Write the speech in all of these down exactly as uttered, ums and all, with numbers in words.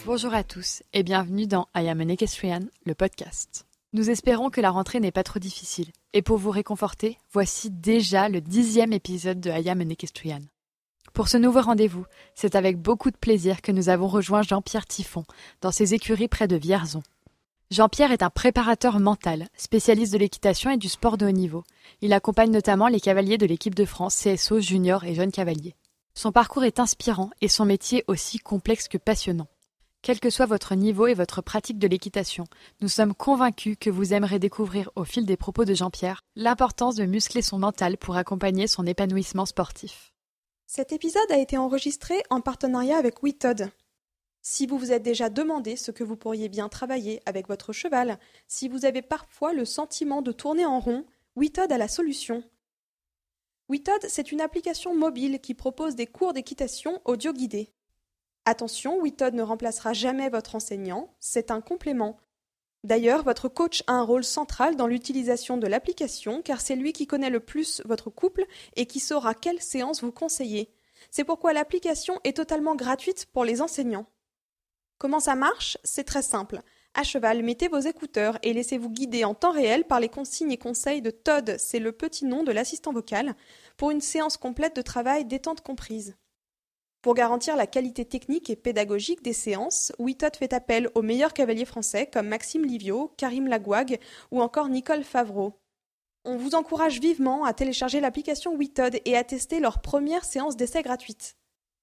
Bonjour à tous et bienvenue dans I Am an Equestrian, le podcast. Nous espérons que la rentrée n'est pas trop difficile. Et pour vous réconforter, voici déjà le dixième épisode de I Am an Equestrian. Pour ce nouveau rendez-vous, c'est avec beaucoup de plaisir que nous avons rejoint Jean-Pierre Tiffon dans ses écuries près de Vierzon. Jean-Pierre est un préparateur mental, spécialiste de l'équitation et du sport de haut niveau. Il accompagne notamment les cavaliers de l'équipe de France C S O junior et jeunes cavaliers. Son parcours est inspirant et son métier aussi complexe que passionnant. Quel que soit votre niveau et votre pratique de l'équitation, nous sommes convaincus que vous aimerez découvrir au fil des propos de Jean-Pierre l'importance de muscler son mental pour accompagner son épanouissement sportif. Cet épisode a été enregistré en partenariat avec WeTodd. Si vous vous êtes déjà demandé ce que vous pourriez bien travailler avec votre cheval, si vous avez parfois le sentiment de tourner en rond, WeTodd a la solution. WeTodd, c'est une application mobile qui propose des cours d'équitation audio guidés. Attention, WeTodd ne remplacera jamais votre enseignant, c'est un complément. D'ailleurs, votre coach a un rôle central dans l'utilisation de l'application car c'est lui qui connaît le plus votre couple et qui saura quelle séance vous conseiller. C'est pourquoi l'application est totalement gratuite pour les enseignants. Comment ça marche ? C'est très simple. À cheval, mettez vos écouteurs et laissez-vous guider en temps réel par les consignes et conseils de Todd, c'est le petit nom de l'assistant vocal, pour une séance complète de travail détente comprise. Pour garantir la qualité technique et pédagogique des séances, WeTodd fait appel aux meilleurs cavaliers français comme Maxime Livio, Karim Lagouag ou encore Nicole Favreau. On vous encourage vivement à télécharger l'application WeTodd et à tester leur première séance d'essai gratuite.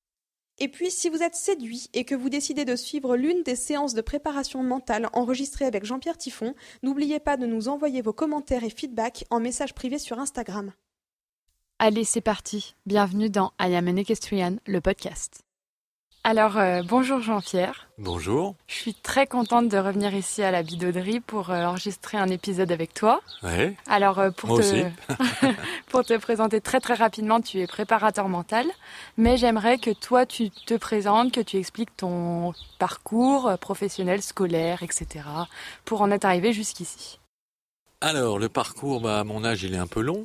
Et puis, si vous êtes séduit et que vous décidez de suivre l'une des séances de préparation mentale enregistrées avec Jean-Pierre Tiffon, n'oubliez pas de nous envoyer vos commentaires et feedbacks en message privé sur Instagram. Allez, c'est parti. Bienvenue dans I Am an Equestrian, le podcast. Alors, euh, bonjour Jean-Pierre. Bonjour. Je suis très contente de revenir ici à la Bidauderie pour euh, enregistrer un épisode avec toi. Ouais. Alors, euh, pour, Moi te... aussi. pour te présenter très très rapidement, tu es préparateur mental, mais j'aimerais que toi tu te présentes, que tu expliques ton parcours professionnel, scolaire, et cetera, pour en être arrivé jusqu'ici. Alors, le parcours, bah, à mon âge, il est un peu long.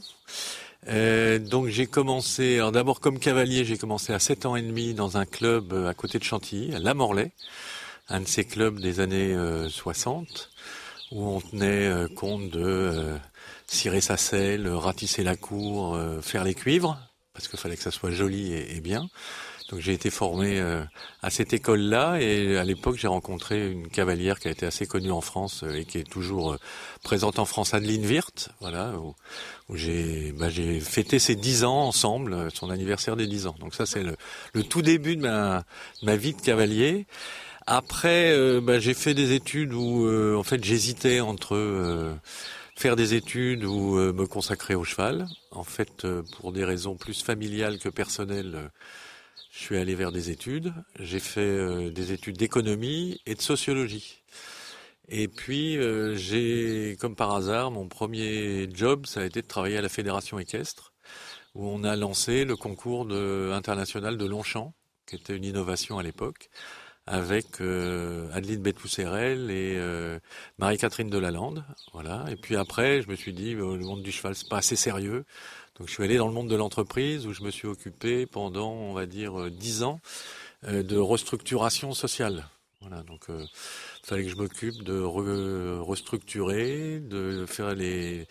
Euh, donc j'ai commencé, alors d'abord comme cavalier, j'ai commencé à sept ans et demi dans un club à côté de Chantilly, à La Morlaix, un de ces clubs des années euh, soixante, où on tenait euh, compte de euh, cirer sa selle, ratisser la cour, euh, faire les cuivres, parce qu'il fallait que ça soit joli et, et bien. Donc j'ai été formé euh, à cette école-là et à l'époque j'ai rencontré une cavalière qui a été assez connue en France euh, et qui est toujours euh, présente en France, Adeline Wirth, voilà, où, où j'ai bah, j'ai fêté ses dix ans ensemble, euh, son anniversaire des dix ans. Donc ça c'est le, le tout début de ma, de ma vie de cavalier. Après euh, bah, j'ai fait des études où euh, en fait j'hésitais entre euh, faire des études ou euh, me consacrer au cheval. En fait euh, pour des raisons plus familiales que personnelles, euh, je suis allé vers des études. J'ai fait euh, des études d'économie et de sociologie. Et puis, euh, j'ai, comme par hasard, mon premier job, ça a été de travailler à la Fédération équestre, où on a lancé le concours de, international de Longchamp, qui était une innovation à l'époque, avec euh, Adeline Bethousserel et euh, Marie-Catherine Delalande. Voilà. Et puis après, je me suis dit, euh, le monde du cheval, c'est pas assez sérieux. Donc je suis allé dans le monde de l'entreprise où je me suis occupé pendant, on va dire, dix ans euh, de restructuration sociale. Voilà, donc il euh, fallait que je m'occupe de re- restructurer, de faire les,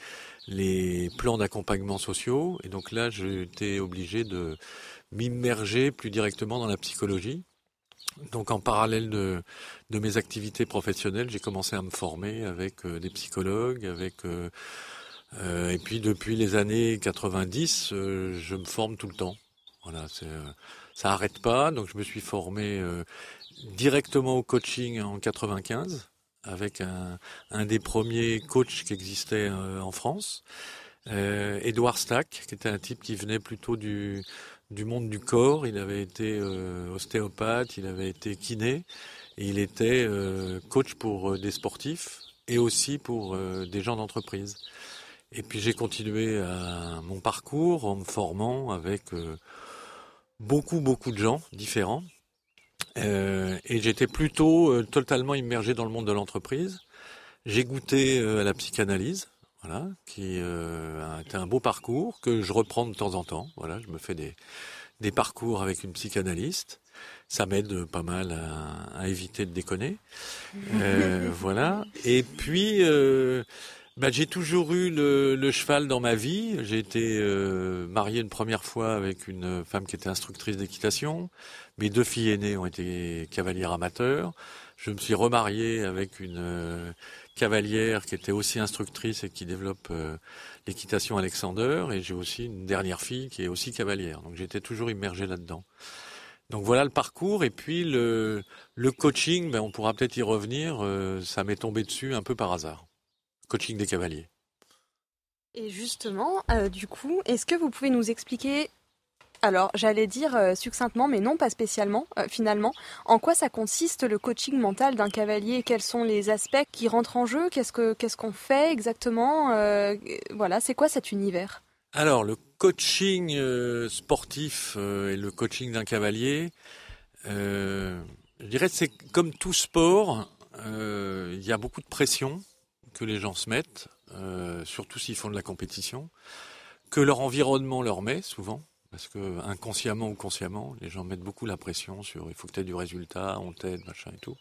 les plans d'accompagnement sociaux. Et donc là, j'étais obligé de m'immerger plus directement dans la psychologie. Donc en parallèle de, de mes activités professionnelles, j'ai commencé à me former avec euh, des psychologues, avec... Euh, Euh, et puis depuis les années quatre-vingt-dix, euh, je me forme tout le temps. Voilà, c'est, euh, ça arrête pas. Donc je me suis formé euh, directement au coaching en quatre-vingt-quinze avec un, un des premiers coachs qui existait euh, en France, euh, Édouard Stack, qui était un type qui venait plutôt du du monde du corps. Il avait été euh, ostéopathe, il avait été kiné, et il était euh, coach pour euh, des sportifs et aussi pour euh, des gens d'entreprise. Et puis j'ai continué à mon parcours en me formant avec euh, beaucoup beaucoup de gens différents. Euh, et j'étais plutôt euh, totalement immergé dans le monde de l'entreprise. J'ai goûté euh, à la psychanalyse, voilà, qui euh, a été un beau parcours que je reprends de temps en temps. Voilà, je me fais des des parcours avec une psychanalyste. Ça m'aide pas mal à, à éviter de déconner. Euh, voilà. Et puis, euh, bah, j'ai toujours eu le, le cheval dans ma vie. J'ai été euh, marié une première fois avec une femme qui était instructrice d'équitation. Mes deux filles aînées ont été cavalières amateurs. Je me suis remarié avec une euh, cavalière qui était aussi instructrice et qui développe euh, l'équitation Alexander. Et j'ai aussi une dernière fille qui est aussi cavalière. Donc j'étais toujours immergé là-dedans. Donc voilà le parcours. Et puis le, le coaching, ben on pourra peut-être y revenir. Euh, ça m'est tombé dessus un peu par hasard. Coaching des cavaliers. Et justement, euh, du coup, est-ce que vous pouvez nous expliquer, alors j'allais dire euh, succinctement, mais non pas spécialement, euh, finalement, en quoi ça consiste le coaching mental d'un cavalier? Quels sont les aspects qui rentrent en jeu? Qu'est-ce que, qu'est-ce qu'on fait exactement? euh, Voilà, c'est quoi cet univers? Alors, le coaching euh, sportif euh, et le coaching d'un cavalier, euh, je dirais que c'est comme tout sport, euh, il y a beaucoup de pression que les gens se mettent, euh, surtout s'ils font de la compétition, que leur environnement leur met souvent, parce que inconsciemment ou consciemment, les gens mettent beaucoup la pression sur il faut que tu aies du résultat, on t'aide, machin et tout.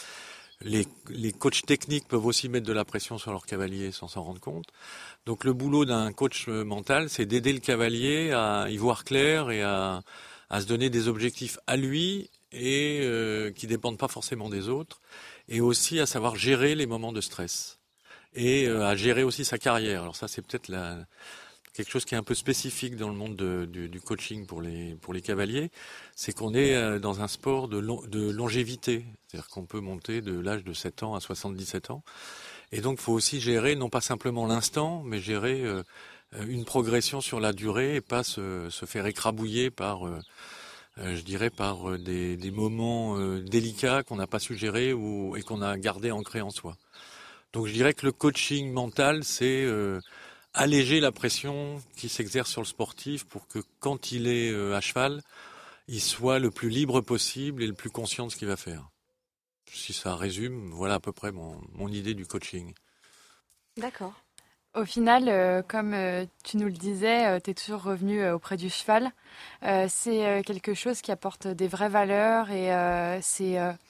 Les, les coachs techniques peuvent aussi mettre de la pression sur leur cavalier sans s'en rendre compte. Donc le boulot d'un coach mental, c'est d'aider le cavalier à y voir clair et à, à se donner des objectifs à lui et euh, qui dépendent pas forcément des autres, et aussi à savoir gérer les moments de stress et euh, à gérer aussi sa carrière. Alors ça, c'est peut-être la, quelque chose qui est un peu spécifique dans le monde de, du, du coaching pour les, pour les cavaliers, c'est qu'on est euh, dans un sport de, long, de longévité, c'est-à-dire qu'on peut monter de l'âge de sept ans à soixante-dix-sept ans. Et donc, il faut aussi gérer, non pas simplement l'instant, mais gérer euh, une progression sur la durée et pas se, se faire écrabouiller par, euh, euh, je dirais, par des, des moments euh, délicats qu'on n'a pas su gérer ou, et qu'on a gardé ancrés en soi. Donc, je dirais que le coaching mental, c'est euh, alléger la pression qui s'exerce sur le sportif pour que quand il est euh, à cheval, il soit le plus libre possible et le plus conscient de ce qu'il va faire. Si ça résume, voilà à peu près mon, mon idée du coaching. D'accord. Au final, euh, comme euh, tu nous le disais, euh, tu es toujours revenu euh, auprès du cheval. Euh, c'est euh, quelque chose qui apporte des vraies valeurs et euh, c'est euh,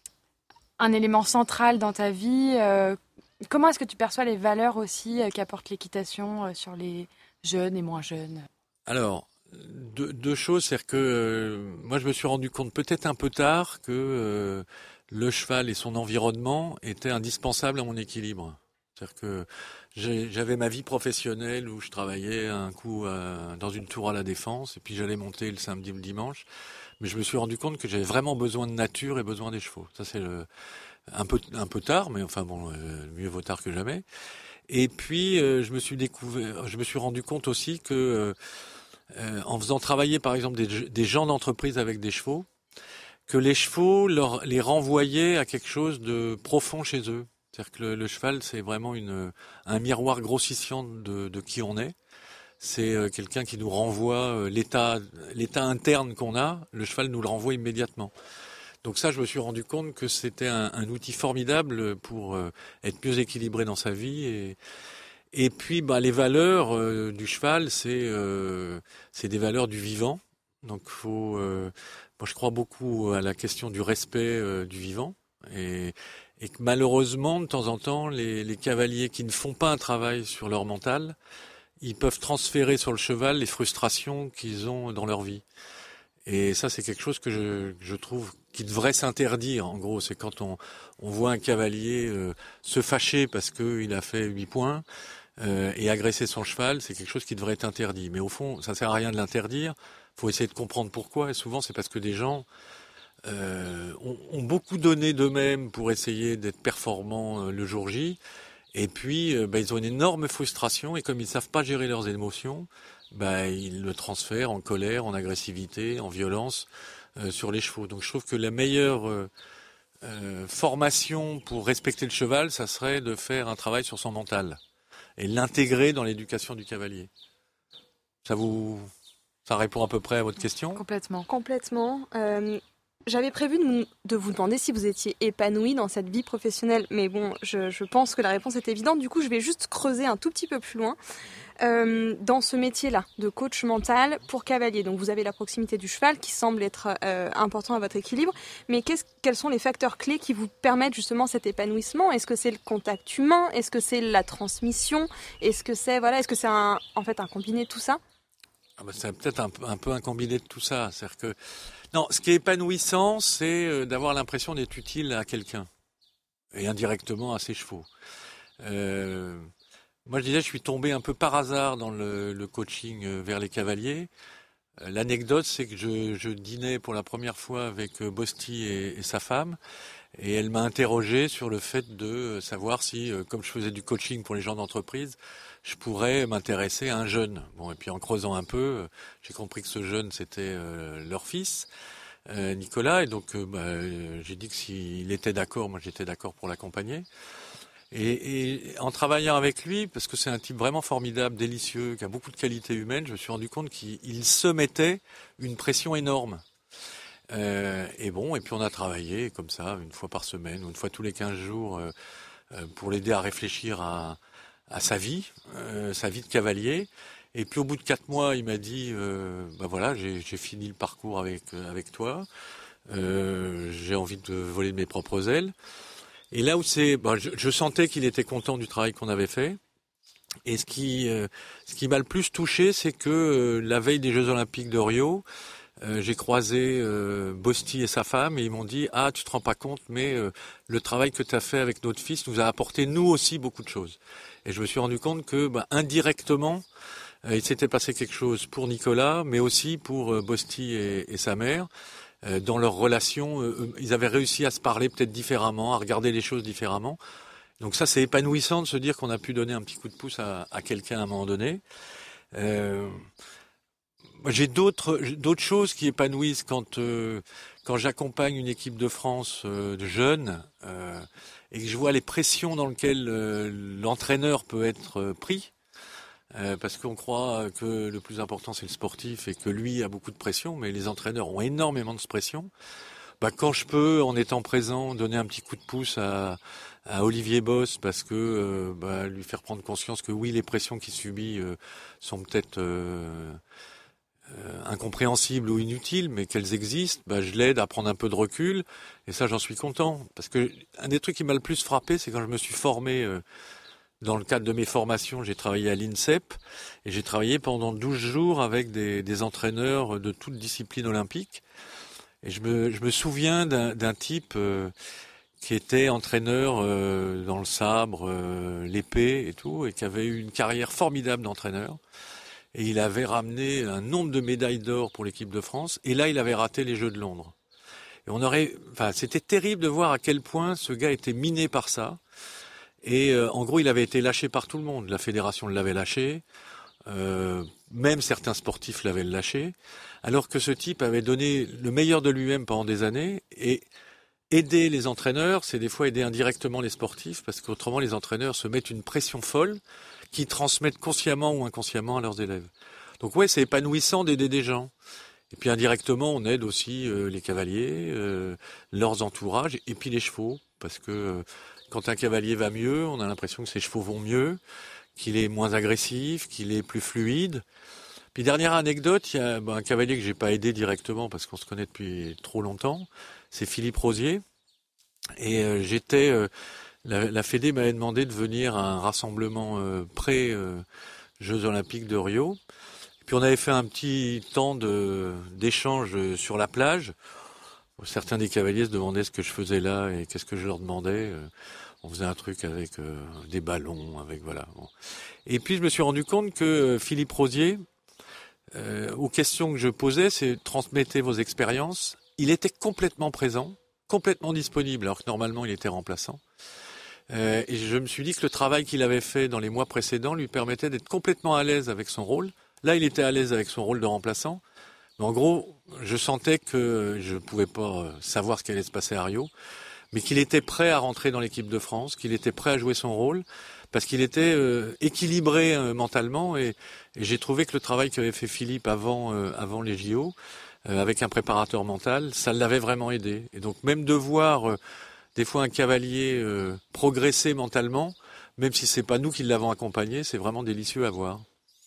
un élément central dans ta vie. Euh, comment est-ce que tu perçois les valeurs aussi euh, qu'apporte l'équitation euh, sur les jeunes et moins jeunes? Alors, deux, deux choses, c'est que euh, moi je me suis rendu compte peut-être un peu tard que euh, le cheval et son environnement étaient indispensables à mon équilibre. C'est-à-dire que j'ai, j'avais ma vie professionnelle où je travaillais un coup euh, dans une tour à la Défense et puis j'allais monter le samedi ou le dimanche. Mais je me suis rendu compte que j'avais vraiment besoin de nature et besoin des chevaux. Ça c'est le, un peu un peu tard, mais enfin bon, euh, mieux vaut tard que jamais. Et puis euh, je me suis découvert, je me suis rendu compte aussi que euh, euh, en faisant travailler par exemple des, des gens d'entreprise avec des chevaux, que les chevaux leur, les renvoyaient à quelque chose de profond chez eux. C'est-à-dire que le, le cheval, c'est vraiment une, un miroir grossissant de, de qui on est. C'est euh, quelqu'un qui nous renvoie euh, l'état, l'état interne qu'on a. Le cheval nous le renvoie immédiatement. Donc ça, je me suis rendu compte que c'était un, un outil formidable pour euh, être mieux équilibré dans sa vie. Et, et puis, bah, les valeurs euh, du cheval, c'est, euh, c'est des valeurs du vivant. Donc, faut, euh, moi, je crois beaucoup à la question du respect euh, du vivant. Et, et que malheureusement, de temps en temps, les, les cavaliers qui ne font pas un travail sur leur mental, ils peuvent transférer sur le cheval les frustrations qu'ils ont dans leur vie. Et ça, c'est quelque chose que je, je trouve qui devrait s'interdire. En gros, c'est quand on, on voit un cavalier euh, se fâcher parce qu'il a fait huit points euh, et agresser son cheval, c'est quelque chose qui devrait être interdit. Mais au fond, ça sert à rien de l'interdire. Il faut essayer de comprendre pourquoi. Et souvent, c'est parce que des gens euh, ont, ont beaucoup donné d'eux-mêmes pour essayer d'être performants euh, le jour J. Et puis, euh, bah, ils ont une énorme frustration. Et comme ils ne savent pas gérer leurs émotions, bah, ils le transfèrent en colère, en agressivité, en violence euh, sur les chevaux. Donc je trouve que la meilleure euh, euh, formation pour respecter le cheval, ça serait de faire un travail sur son mental et l'intégrer dans l'éducation du cavalier. Ça vous, ça répond à peu près à votre question ? Complètement. Complètement. Euh, j'avais prévu de, de vous demander si vous étiez épanoui dans cette vie professionnelle, mais bon, je, je pense que la réponse est évidente. Du coup, je vais juste creuser un tout petit peu plus loin. euh, dans ce métier-là de coach mental pour cavalier. Donc vous avez la proximité du cheval qui semble être euh, important à votre équilibre, mais qu'est-ce, quels sont les facteurs clés qui vous permettent justement cet épanouissement? Est-ce que c'est le contact humain? Est-ce que c'est la transmission? Est-ce que c'est voilà, est-ce que c'est un, en fait un combiné de tout ça? Ah bah c'est peut-être un, un peu un combiné de tout ça. C'est-à-dire que non, ce qui est épanouissant, c'est d'avoir l'impression d'être utile à quelqu'un et indirectement à ses chevaux. Euh, moi, je disais, je suis tombé un peu par hasard dans le, le coaching vers les cavaliers. L'anecdote, c'est que je, je dînais pour la première fois avec Bosti et, et sa femme, et elle m'a interrogé sur le fait de savoir si, comme je faisais du coaching pour les gens d'entreprise, je pourrais m'intéresser à un jeune. Bon, et puis en creusant un peu, j'ai compris que ce jeune, c'était euh, leur fils, euh, Nicolas, et donc euh, bah, j'ai dit que s'il était d'accord, moi j'étais d'accord pour l'accompagner. Et, et en travaillant avec lui, parce que c'est un type vraiment formidable, délicieux, qui a beaucoup de qualités humaines, je me suis rendu compte qu'il se mettait une pression énorme. Euh, et bon, et puis on a travaillé comme ça, une fois par semaine, ou une fois tous les quinze jours, euh, euh, pour l'aider à réfléchir à, à sa vie, euh, sa vie de cavalier. Et puis au bout de quatre mois, il m'a dit, euh, bah voilà, j'ai, j'ai fini le parcours avec, avec toi, euh, j'ai envie de voler de mes propres ailes. Et là où c'est, bah, je, je sentais qu'il était content du travail qu'on avait fait. Et ce qui, euh, ce qui m'a le plus touché, c'est que euh, la veille des Jeux Olympiques de Rio, euh, j'ai croisé euh, Bosti et sa femme et ils m'ont dit « Ah, tu te rends pas compte, mais euh, le travail que tu as fait avec notre fils nous a apporté nous aussi beaucoup de choses. » Et je me suis rendu compte que bah, indirectement, euh, il s'était passé quelque chose pour Nicolas, mais aussi pour euh, Bosti et, et sa mère. Dans leur relation, euh, ils avaient réussi à se parler peut-être différemment, à regarder les choses différemment. Donc ça, c'est épanouissant de se dire qu'on a pu donner un petit coup de pouce à, à quelqu'un à un moment donné. Euh, j'ai d'autres d'autres choses qui épanouissent quand euh, quand j'accompagne une équipe de France euh, de jeunes euh, et que je vois les pressions dans lesquelles euh, l'entraîneur peut être euh, pris. Euh, parce qu'on croit que le plus important c'est le sportif et que lui a beaucoup de pression, mais les entraîneurs ont énormément de pression. Bah, quand je peux, en étant présent, donner un petit coup de pouce à, à Olivier Boss, parce que euh, bah, lui faire prendre conscience que oui, les pressions qu'il subit euh, sont peut-être euh, euh, incompréhensibles ou inutiles, mais qu'elles existent, bah, je l'aide à prendre un peu de recul, et ça j'en suis content. Parce que un des trucs qui m'a le plus frappé, c'est quand je me suis formé... Euh, Dans le cadre de mes formations, j'ai travaillé à l'INSEP et j'ai travaillé pendant douze jours avec des, des entraîneurs de toutes disciplines olympiques. Et je me, je me souviens d'un, d'un type euh, qui était entraîneur euh, dans le sabre, euh, l'épée et tout, et qui avait eu une carrière formidable d'entraîneur. Et il avait ramené un nombre de médailles d'or pour l'équipe de France. Et là, il avait raté les Jeux de Londres. Et on aurait, enfin, c'était terrible de voir à quel point ce gars était miné par ça. Et euh, en gros, il avait été lâché par tout le monde. La fédération l'avait lâché, euh, même certains sportifs l'avaient lâché, alors que ce type avait donné le meilleur de lui-même pendant des années. Et aider les entraîneurs, c'est des fois aider indirectement les sportifs, parce qu'autrement, les entraîneurs se mettent une pression folle qu'ils transmettent consciemment ou inconsciemment à leurs élèves. Donc ouais, c'est épanouissant d'aider des gens. Et puis indirectement, on aide aussi euh, les cavaliers, euh, leurs entourages, et puis les chevaux, parce que... Euh, Quand un cavalier va mieux, on a l'impression que ses chevaux vont mieux, qu'il est moins agressif, qu'il est plus fluide. Puis dernière anecdote, il y a ben, un cavalier que j'ai pas aidé directement parce qu'on se connaît depuis trop longtemps, c'est Philippe Rosier. Et euh, j'étais, euh, la, la Fédé m'avait demandé de venir à un rassemblement euh, pré euh, Jeux Olympiques de Rio. Et puis on avait fait un petit temps de d'échange sur la plage. Certains des cavaliers se demandaient ce que je faisais là et qu'est-ce que je leur demandais. On faisait un truc avec euh, des ballons, avec voilà. Bon. Et puis je me suis rendu compte que Philippe Rosier, euh, aux questions que je posais, c'est transmettez vos expériences. Il était complètement présent, complètement disponible, alors que normalement il était remplaçant. Euh, et je me suis dit que le travail qu'il avait fait dans les mois précédents lui permettait d'être complètement à l'aise avec son rôle. Là, il était à l'aise avec son rôle de remplaçant. Mais en gros, je sentais que je ne pouvais pas savoir ce qui allait se passer à Rio, mais qu'il était prêt à rentrer dans l'équipe de France, qu'il était prêt à jouer son rôle, parce qu'il était euh, équilibré euh, mentalement. Et, et j'ai trouvé que le travail qu'avait fait Philippe avant, euh, avant les J O, euh, avec un préparateur mental, ça l'avait vraiment aidé. Et donc même de voir euh, des fois un cavalier euh, progresser mentalement, même si c'est pas nous qui l'avons accompagné, c'est vraiment délicieux à voir.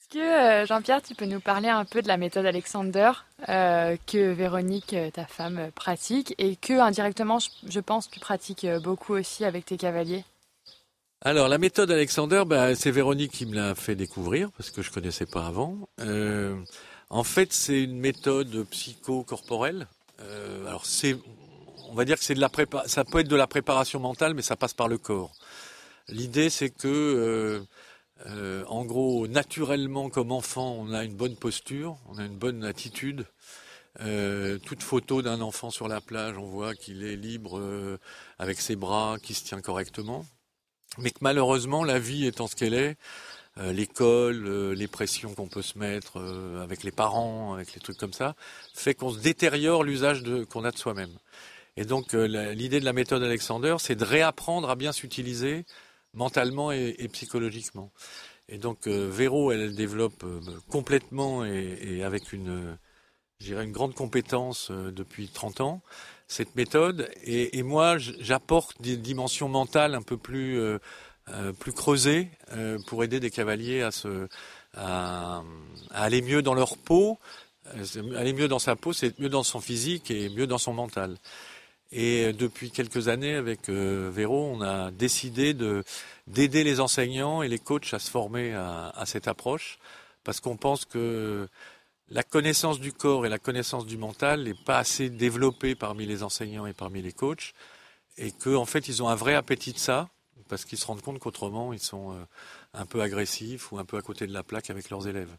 Est-ce que, euh, Jean-Pierre, tu peux nous parler un peu de la méthode Alexander euh, que Véronique, ta femme, pratique et que, indirectement, je, je pense, tu pratiques beaucoup aussi avec tes cavaliers? Alors, la méthode Alexander, bah, c'est Véronique qui me l'a fait découvrir parce que je connaissais pas avant. Euh, en fait, c'est une méthode psycho-corporelle. Euh, alors, c'est, on va dire que c'est de la prépa- ça peut être de la préparation mentale, mais ça passe par le corps. L'idée, c'est que, euh, euh, en gros, naturellement, comme enfant, on a une bonne posture, on a une bonne attitude. Euh, toute photo d'un enfant sur la plage, on voit qu'il est libre euh, avec ses bras, qu'il se tient correctement. Mais que malheureusement, la vie étant ce qu'elle est, euh, l'école, euh, les pressions qu'on peut se mettre euh, avec les parents, avec les trucs comme ça, fait qu'on se détériore l'usage de, qu'on a de soi-même. Et donc, euh, la, l'idée de la méthode Alexander, c'est de réapprendre à bien s'utiliser mentalement et, et psychologiquement. Et donc, euh, Véro, elle, elle développe euh, complètement et, et avec une, je dirais, une grande compétence euh, depuis trente ans, cette méthode. Et, et moi, j'apporte des dimensions mentales un peu plus, euh, euh, plus creusées euh, pour aider des cavaliers à, se, à, à aller mieux dans leur peau. Aller mieux dans sa peau, c'est mieux dans son physique et mieux dans son mental. Et depuis quelques années, avec euh, Véro, on a décidé de, d'aider les enseignants et les coachs à se former à, à cette approche, parce qu'on pense que la connaissance du corps et la connaissance du mental n'est pas assez développée parmi les enseignants et parmi les coachs, et qu'en fait, ils ont un vrai appétit de ça, parce qu'ils se rendent compte qu'autrement, ils sont euh, un peu agressifs ou un peu à côté de la plaque avec leurs élèves.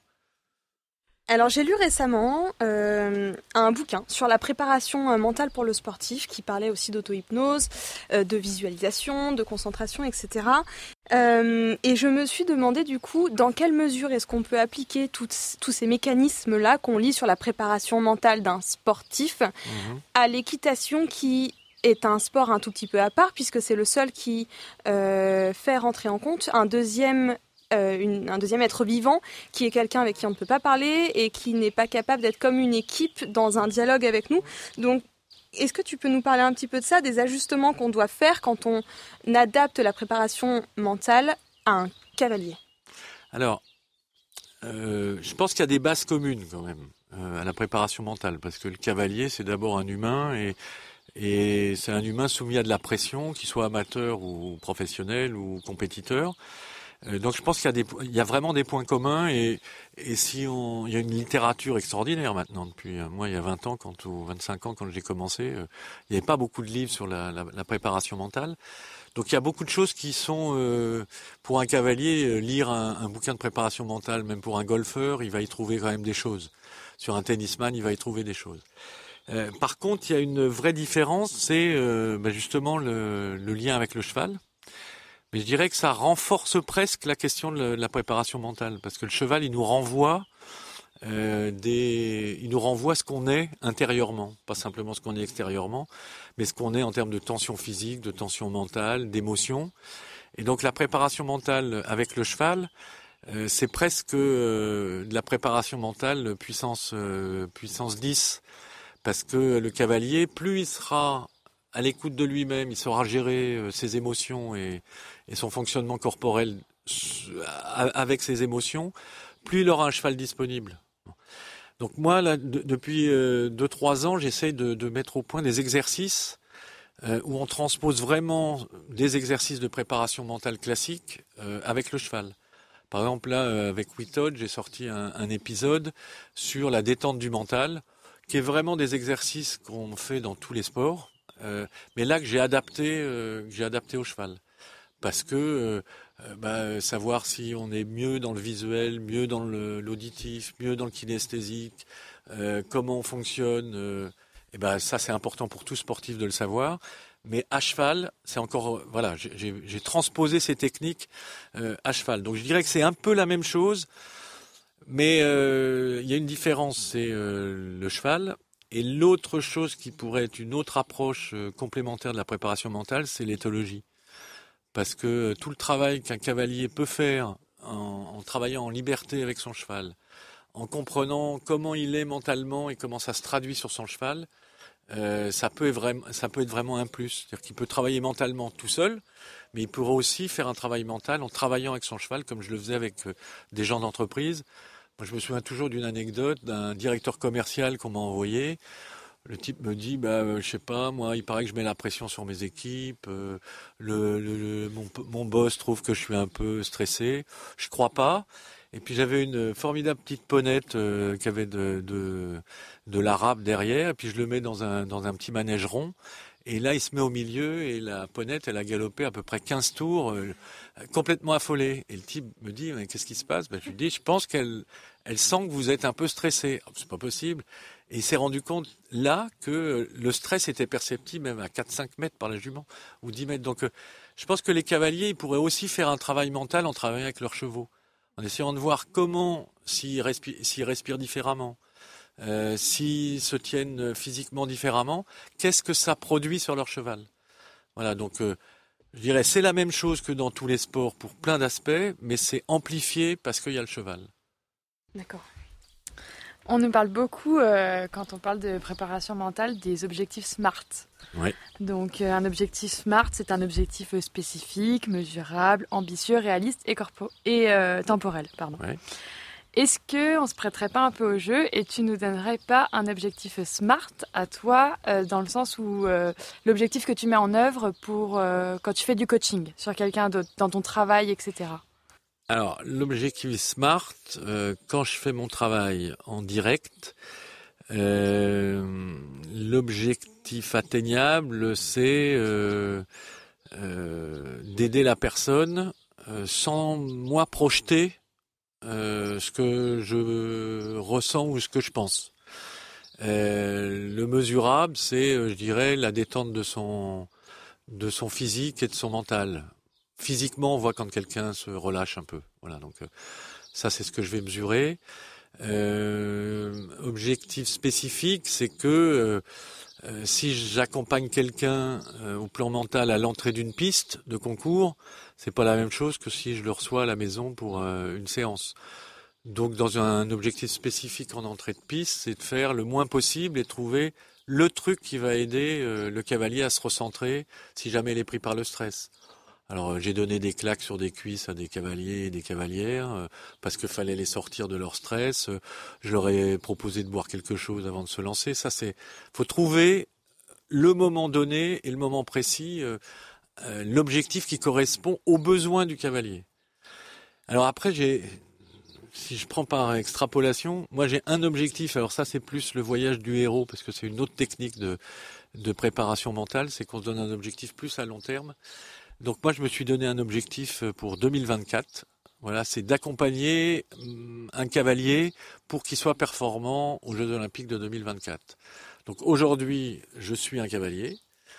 Alors j'ai lu récemment euh, un bouquin sur la préparation mentale pour le sportif qui parlait aussi d'auto-hypnose, euh, de visualisation, de concentration, et cetera. Euh, et je me suis demandé du coup dans quelle mesure est-ce qu'on peut appliquer tous ces mécanismes-là qu'on lit sur la préparation mentale d'un sportif mmh. à l'équitation qui est un sport un tout petit peu à part puisque c'est le seul qui euh, fait rentrer en compte un deuxième Euh, une, un deuxième être vivant qui est quelqu'un avec qui on ne peut pas parler et qui n'est pas capable d'être comme une équipe dans un dialogue avec nous. Donc, est-ce que tu peux nous parler un petit peu de ça, des ajustements qu'on doit faire quand on adapte la préparation mentale à un cavalier? Alors, euh, je pense qu'il y a des bases communes quand même euh, à la préparation mentale, parce que le cavalier, c'est d'abord un humain et, et c'est un humain soumis à de la pression, qu'il soit amateur ou professionnel ou compétiteur. Donc je pense qu'il y a, des, il y a vraiment des points communs et, et si on, il y a une littérature extraordinaire maintenant depuis, moi il y a vingt ans quand, ou vingt-cinq ans quand j'ai commencé, euh, il n'y avait pas beaucoup de livres sur la, la, la préparation mentale. Donc il y a beaucoup de choses qui sont, euh, pour un cavalier, euh, lire un, un bouquin de préparation mentale, même pour un golfeur, il va y trouver quand même des choses. Sur un tennisman, il va y trouver des choses. Euh, par contre, il y a une vraie différence, c'est euh, bah justement le, le lien avec le cheval. Mais je dirais que ça renforce presque la question de la préparation mentale, parce que le cheval, il nous renvoie euh, des, il nous renvoie ce qu'on est intérieurement, pas simplement ce qu'on est extérieurement, mais ce qu'on est en termes de tension physique, de tension mentale, d'émotion. Et donc la préparation mentale avec le cheval, euh, c'est presque euh, de la préparation mentale puissance euh, puissance dix, parce que le cavalier, plus il sera à l'écoute de lui-même, il saura gérer euh, ses émotions et, et son fonctionnement corporel avec ses émotions, plus il aura un cheval disponible. Donc moi, là, de, depuis euh, deux trois ans, j'essaie de, de mettre au point des exercices euh, où on transpose vraiment des exercices de préparation mentale classique euh, avec le cheval. Par exemple, là, euh, avec Whitod, j'ai sorti un, un épisode sur la détente du mental, qui est vraiment des exercices qu'on fait dans tous les sports. Euh, mais là que j'ai adapté, euh, que j'ai adapté au cheval, parce que euh, bah, savoir si on est mieux dans le visuel, mieux dans le, l'auditif, mieux dans le kinesthésique, euh, comment on fonctionne, euh, et ben ça c'est important pour tout sportif de le savoir. Mais à cheval, c'est encore euh, voilà, j'ai, j'ai transposé ces techniques euh, à cheval. Donc je dirais que c'est un peu la même chose, mais euh, il y a une différence, c'est euh, le cheval. Et l'autre chose qui pourrait être une autre approche complémentaire de la préparation mentale, c'est l'éthologie. Parce que tout le travail qu'un cavalier peut faire en, en travaillant en liberté avec son cheval, en comprenant comment il est mentalement et comment ça se traduit sur son cheval, euh, ça peut être vraiment, ça peut être vraiment un plus. C'est-à-dire qu'il peut travailler mentalement tout seul, mais il pourrait aussi faire un travail mental en travaillant avec son cheval, comme je le faisais avec euh, des gens d'entreprise. Moi, je me souviens toujours d'une anecdote d'un directeur commercial qu'on m'a envoyé. Le type me dit, bah, euh, je sais pas, moi, il paraît que je mets la pression sur mes équipes. Euh, le, le, le- mon, mon boss trouve que je suis un peu stressé. Je crois pas. Et puis j'avais une formidable petite ponette euh, qui avait de, de, de l'arabe derrière. Et puis je le mets dans un, dans un petit manège rond. Et là, il se met au milieu et la ponette, elle a galopé à peu près quinze tours, euh, complètement affolée. Et le type me dit, mais qu'est-ce qui se passe? Ben, je lui dis, je pense qu'elle elle sent que vous êtes un peu stressé. Ah, c'est pas possible. Et il s'est rendu compte là que le stress était perceptible même à quatre cinq mètres par la jument, ou dix mètres. Donc euh, je pense que les cavaliers, ils pourraient aussi faire un travail mental en travaillant avec leurs chevaux, en essayant de voir comment, s'ils respirent, s'ils respirent différemment, euh, s'ils se tiennent physiquement différemment, qu'est-ce que ça produit sur leur cheval. Voilà, donc euh, je dirais c'est la même chose que dans tous les sports pour plein d'aspects, mais c'est amplifié parce qu'il y a le cheval. D'accord. On nous parle beaucoup, euh, quand on parle de préparation mentale, des objectifs SMART. Oui. Donc euh, un objectif SMART, c'est un objectif euh, spécifique, mesurable, ambitieux, réaliste et, corpo- et euh, temporel. Pardon. Ouais. Est-ce qu'on ne se prêterait pas un peu au jeu et tu nous donnerais pas un objectif SMART à toi, euh, dans le sens où euh, l'objectif que tu mets en œuvre pour euh, quand tu fais du coaching sur quelqu'un d'autre, dans ton travail, et cetera. Alors, l'objectif SMART, euh, quand je fais mon travail en direct, euh, l'objectif atteignable, c'est euh, euh, d'aider la personne euh, sans moi projeter euh, ce que je ressens ou ce que je pense. Euh, le mesurable, c'est, euh, je dirais, la détente de son, de son physique et de son mental. Physiquement, on voit quand quelqu'un se relâche un peu. Voilà, donc euh, ça, c'est ce que je vais mesurer. Euh, objectif spécifique, c'est que euh, euh, si j'accompagne quelqu'un euh, au plan mental à l'entrée d'une piste de concours, c'est pas la même chose que si je le reçois à la maison pour euh, une séance. Donc, dans un objectif spécifique en entrée de piste, c'est de faire le moins possible et de trouver le truc qui va aider euh, le cavalier à se recentrer si jamais il est pris par le stress. Alors, euh, j'ai donné des claques sur des cuisses à des cavaliers et des cavalières euh, parce qu'il fallait les sortir de leur stress. Euh, je leur ai proposé de boire quelque chose avant de se lancer. Ça, c'est, faut trouver le moment donné et le moment précis, euh, euh, l'objectif qui correspond aux besoins du cavalier. Alors après, j'ai, si je prends par extrapolation, moi j'ai un objectif. Alors ça, c'est plus le voyage du héros parce que c'est une autre technique de de préparation mentale, c'est qu'on se donne un objectif plus à long terme. Donc moi, je me suis donné un objectif pour deux mille vingt-quatre. Voilà, c'est d'accompagner un cavalier pour qu'il soit performant aux Jeux Olympiques de deux mille vingt-quatre. Donc aujourd'hui, je suis un cavalier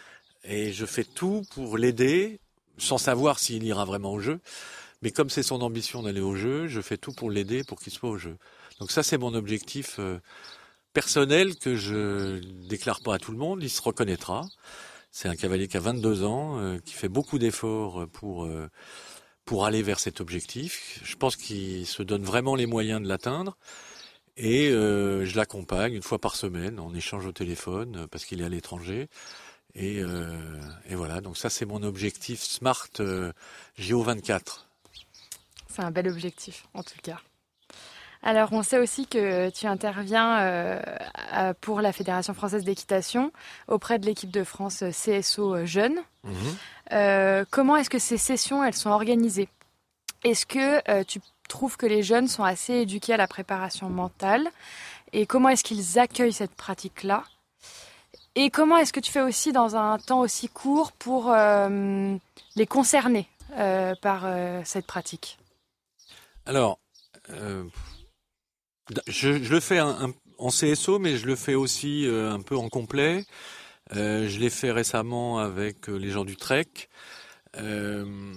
et je fais tout pour l'aider, sans savoir s'il ira vraiment au jeu. Mais comme c'est son ambition d'aller au jeu, je fais tout pour l'aider pour qu'il soit au jeu. Donc ça, c'est mon objectif euh, personnel que je déclare pas à tout le monde. Il se reconnaîtra. C'est un cavalier qui a vingt-deux ans, euh, qui fait beaucoup d'efforts pour euh, pour aller vers cet objectif. Je pense qu'il se donne vraiment les moyens de l'atteindre. Et euh, je l'accompagne une fois par semaine, en échange au téléphone, parce qu'il est à l'étranger. Et, euh, et voilà, donc ça, c'est mon objectif SMART euh, J O vingt-quatre. C'est un bel objectif, en tout cas. Alors, on sait aussi que tu interviens euh, pour la Fédération française d'équitation auprès de l'équipe de France C S O Jeunes. Mmh. Euh, comment est-ce que ces sessions, elles sont organisées? Est-ce que euh, tu trouves que les jeunes sont assez éduqués à la préparation mentale? Et comment est-ce qu'ils accueillent cette pratique-là? Et comment est-ce que tu fais aussi dans un temps aussi court pour euh, les concerner euh, par euh, cette pratique? Alors, euh, je, je le fais un, un, en C S O, mais je le fais aussi euh, un peu en complet. Euh, je l'ai fait récemment avec euh, les gens du Trek. Euh,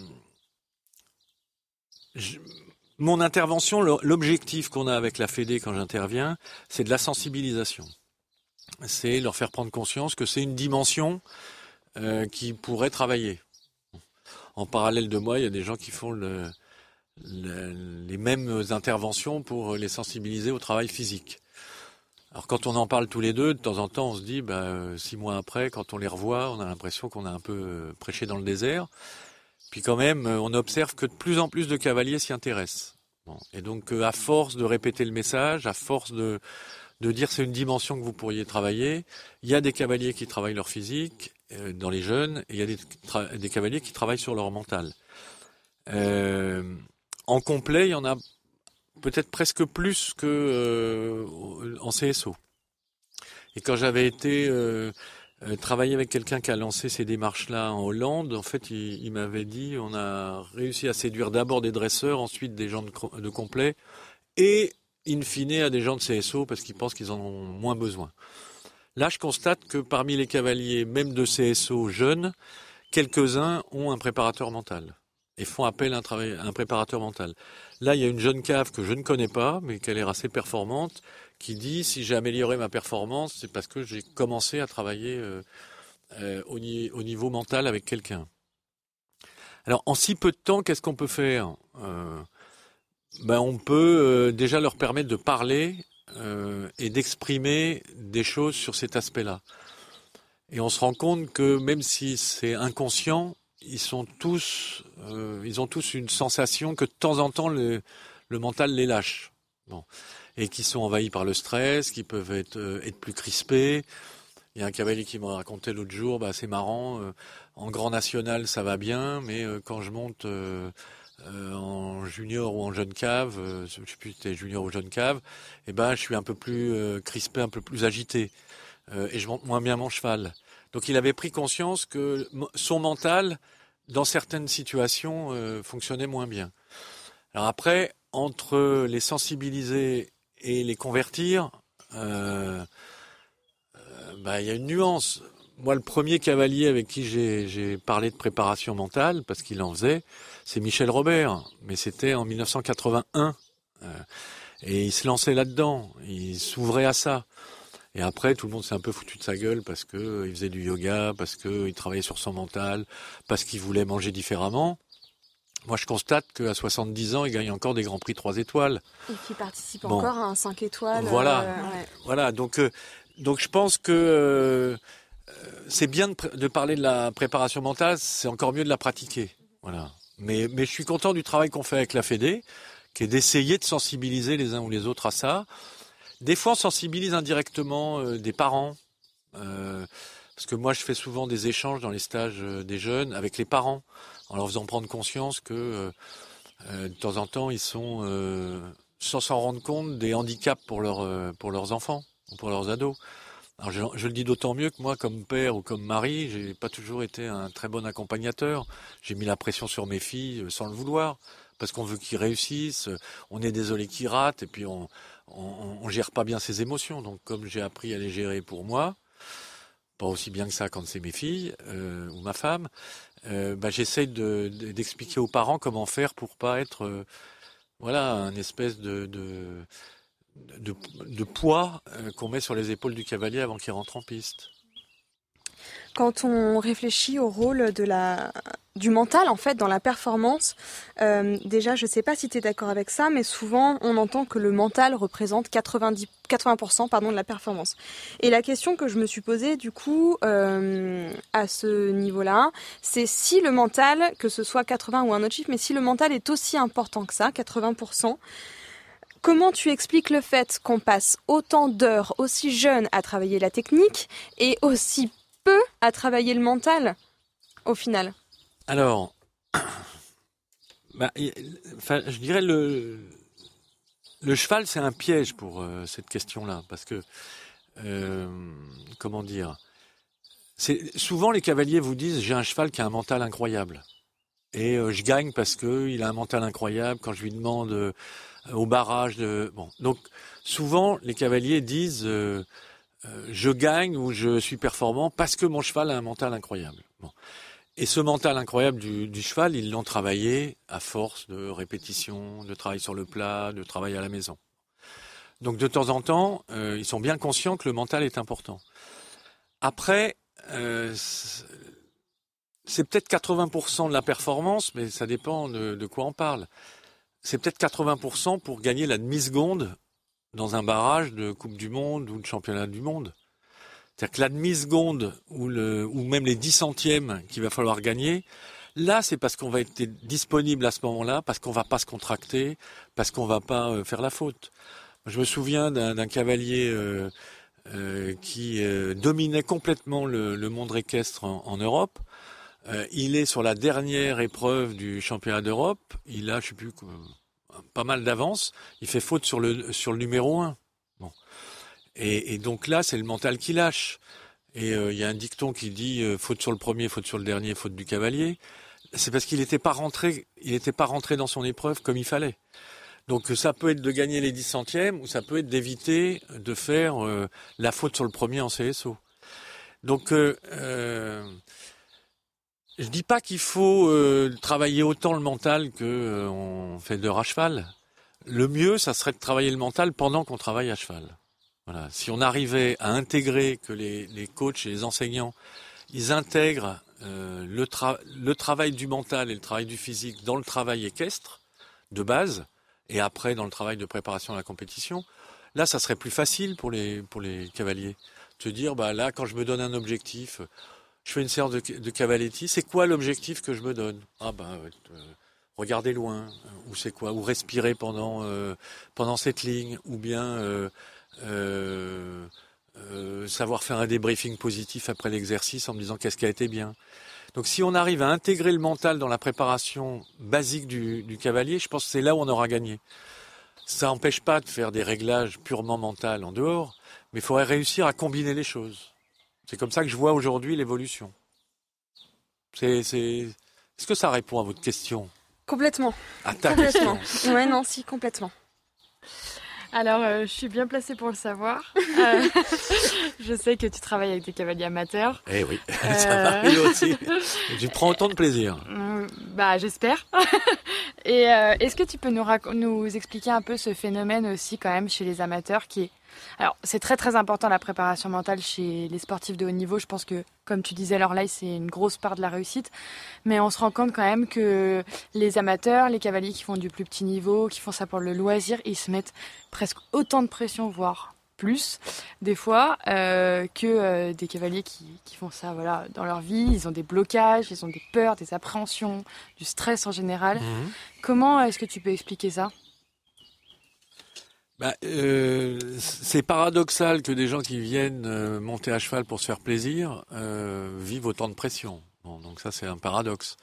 je, mon intervention, l'objectif qu'on a avec la Fédé quand j'interviens, c'est de la sensibilisation. C'est leur faire prendre conscience que c'est une dimension euh, qui pourrait travailler. En parallèle de moi, il y a des gens qui font le... les mêmes interventions pour les sensibiliser au travail physique. Alors quand on en parle tous les deux, de temps en temps, on se dit, bah, euh, six mois après, quand on les revoit, on a l'impression qu'on a un peu euh, prêché dans le désert. Puis quand même, euh, on observe que de plus en plus de cavaliers s'y intéressent. Bon. Et donc, euh, à force de répéter le message, à force de, de dire c'est une dimension que vous pourriez travailler, il y a des cavaliers qui travaillent leur physique euh, dans les jeunes, et il y a des, tra- des cavaliers qui travaillent sur leur mental. Euh, en complet, il y en a peut-être presque plus que euh, en C S O. Et quand j'avais été euh, euh, travailler avec quelqu'un qui a lancé ces démarches-là en Hollande, en fait, il, il m'avait dit on a réussi à séduire d'abord des dresseurs, ensuite des gens de, de complet, et in fine à des gens de C S O parce qu'ils pensent qu'ils en ont moins besoin. Là, je constate que parmi les cavaliers, même de C S O jeunes, quelques-uns ont un préparateur mental et font appel à un, travail, à un préparateur mental. Là, il y a une jeune cave que je ne connais pas, mais qui a l'air assez performante, qui dit si j'ai amélioré ma performance, c'est parce que j'ai commencé à travailler euh, euh, au, ni- au niveau mental avec quelqu'un. Alors, en si peu de temps, qu'est-ce qu'on peut faire euh, ben, on peut euh, déjà leur permettre de parler euh, et d'exprimer des choses sur cet aspect-là. Et on se rend compte que même si c'est inconscient, ils sont tous, euh, ils ont tous une sensation que de temps en temps le, le mental les lâche. Bon. Et qui sont envahis par le stress, qui peuvent être, euh, être plus crispés. Il y a un cavalier qui m'a raconté l'autre jour, bah, c'est marrant, euh, en grand national ça va bien, mais euh, quand je monte euh, euh, en junior ou en jeune cave, euh, je sais plus si c'était junior ou jeune cave, eh ben je suis un peu plus euh, crispé, un peu plus agité, euh, et je monte moins bien mon cheval. Donc il avait pris conscience que son mental, dans certaines situations, euh, fonctionnait moins bien. Alors après, entre les sensibiliser et les convertir, euh, euh, bah, y a une nuance. Moi, le premier cavalier avec qui j'ai, j'ai parlé de préparation mentale, parce qu'il en faisait, c'est Michel Robert. Mais c'était en dix-neuf cent quatre-vingt-un. Euh, et il se lançait là-dedans. Il s'ouvrait à ça. Et après, tout le monde s'est un peu foutu de sa gueule parce que euh, il faisait du yoga, parce que il travaillait sur son mental, parce qu'il voulait manger différemment. Moi, je constate qu'à soixante-dix ans, il gagne encore des grands prix trois étoiles. Et qui participe Bon. encore à un cinq étoiles. Voilà, euh, ouais. voilà. Donc, euh, donc, je pense que euh, c'est bien de, pr- de parler de la préparation mentale. C'est encore mieux de la pratiquer. Voilà. Mais, mais je suis content du travail qu'on fait avec la Fédé, qui est d'essayer de sensibiliser les uns ou les autres à ça. Des fois, on sensibilise indirectement euh, des parents. Euh, parce que moi, je fais souvent des échanges dans les stages euh, des jeunes avec les parents, en leur faisant prendre conscience que euh, euh, de temps en temps, ils sont, euh, sans s'en rendre compte, des handicaps pour, leur, euh, pour leurs enfants, ou pour leurs ados. Alors je, je le dis d'autant mieux que moi, comme père ou comme mari, j'ai pas toujours été un très bon accompagnateur. J'ai mis la pression sur mes filles euh, sans le vouloir, parce qu'on veut qu'ils réussissent. On est désolé qu'ils ratent, et puis on, on, on gère pas bien ses émotions. Donc comme j'ai appris à les gérer pour moi, pas aussi bien que ça quand c'est mes filles euh, ou ma femme, euh, bah, j'essaye de, de, d'expliquer aux parents comment faire pour pas être, euh, voilà, un espèce de, de, de, de poids euh, qu'on met sur les épaules du cavalier avant qu'il rentre en piste. Quand on réfléchit au rôle de la, du mental en fait dans la performance, euh, déjà je sais pas si tu es d'accord avec ça, mais souvent on entend que le mental représente quatre-vingt-dix, quatre-vingts pour cent pardon, de la performance. Et la question que je me suis posée du coup euh, à ce niveau-là, c'est si le mental, que ce soit quatre-vingts ou un autre chiffre, mais si le mental est aussi important que ça, quatre-vingts pour cent, comment tu expliques le fait qu'on passe autant d'heures aussi jeunes à travailler la technique et aussi peu à travailler le mental, au final? Alors, bah, enfin, je dirais le, le cheval, c'est un piège pour euh, cette question-là, parce que, euh, comment dire, c'est, souvent les cavaliers vous disent, j'ai un cheval qui a un mental incroyable. Et euh, je gagne parce que il a un mental incroyable. Quand je lui demande euh, au barrage de... Bon, donc souvent les cavaliers disent... Euh, Euh, je gagne ou je suis performant parce que mon cheval a un mental incroyable. Bon. Et ce mental incroyable du, du cheval, ils l'ont travaillé à force de répétition, de travail sur le plat, de travail à la maison. Donc de temps en temps, euh, ils sont bien conscients que le mental est important. Après, euh, c'est peut-être quatre-vingts pour cent de la performance, mais ça dépend de, de quoi on parle. C'est peut-être quatre-vingts pour cent pour gagner la demi-seconde dans un barrage de Coupe du Monde ou de Championnat du Monde. C'est-à-dire que la demi-seconde ou, le, ou même les dix centièmes qu'il va falloir gagner, là, c'est parce qu'on va être disponible à ce moment-là, parce qu'on va pas se contracter, parce qu'on va pas euh, faire la faute. Je me souviens d'un, d'un cavalier euh, euh, qui euh, dominait complètement le, le monde équestre en, en Europe. Euh, il est sur la dernière épreuve du championnat d'Europe. Il a, je sais plus, pas mal d'avance. Il fait faute sur le sur le numéro un. Bon. Et, et donc là, c'est le mental qui lâche. Et il euh, y a un dicton qui dit euh, faute sur le premier, faute sur le dernier, faute du cavalier. C'est parce qu'il n'était pas rentré, il n'était pas rentré dans son épreuve comme il fallait. Donc ça peut être de gagner les dix centièmes ou ça peut être d'éviter de faire euh, la faute sur le premier en C S O. Donc euh, euh, je dis pas qu'il faut euh, travailler autant le mental que euh, on fait d'heures à cheval. Le mieux, ça serait de travailler le mental pendant qu'on travaille à cheval. Voilà. Si on arrivait à intégrer que les, les coachs et les enseignants, ils intègrent euh, le, tra- le travail du mental et le travail du physique dans le travail équestre de base, et après dans le travail de préparation à la compétition, là, ça serait plus facile pour les pour les cavaliers. De se dire, bah là, quand je me donne un objectif, je fais une séance de, de cavaletti, c'est quoi l'objectif que je me donne ? Ah bah euh, regarder loin, ou c'est quoi ? Ou respirer pendant euh, pendant cette ligne, ou bien euh, euh, euh, savoir faire un débriefing positif après l'exercice en me disant qu'est-ce qui a été bien. Donc si on arrive à intégrer le mental dans la préparation basique du, du cavalier, je pense que c'est là où on aura gagné. Ça n'empêche pas de faire des réglages purement mentaux en dehors, mais il faudrait réussir à combiner les choses. C'est comme ça que je vois aujourd'hui l'évolution. C'est, c'est... Est-ce que ça répond à votre question ? Complètement. À ta complètement. question. Ouais, non, si, complètement. Alors, euh, je suis bien placée pour le savoir. Euh, je sais que tu travailles avec des cavaliers amateurs. Eh oui, Euh... ça m'arrive aussi. Tu prends autant de plaisir. Euh, bah, j'espère. Et euh, est-ce que tu peux nous, rac- nous expliquer un peu ce phénomène aussi quand même chez les amateurs qui est... Alors, c'est très très important la préparation mentale chez les sportifs de haut niveau. Je pense que, comme tu disais, Lorelai, c'est une grosse part de la réussite. Mais on se rend compte quand même que les amateurs, les cavaliers qui font du plus petit niveau, qui font ça pour le loisir, ils se mettent presque autant de pression, voire plus, des fois, euh, que euh, des cavaliers qui, qui font ça voilà, dans leur vie. Ils ont des blocages, ils ont des peurs, des appréhensions, du stress en général. Mmh. Comment est-ce que tu peux expliquer ça ? Bah, euh, c'est paradoxal que des gens qui viennent euh, monter à cheval pour se faire plaisir euh, vivent autant de pression. Bon, donc ça, c'est un paradoxe.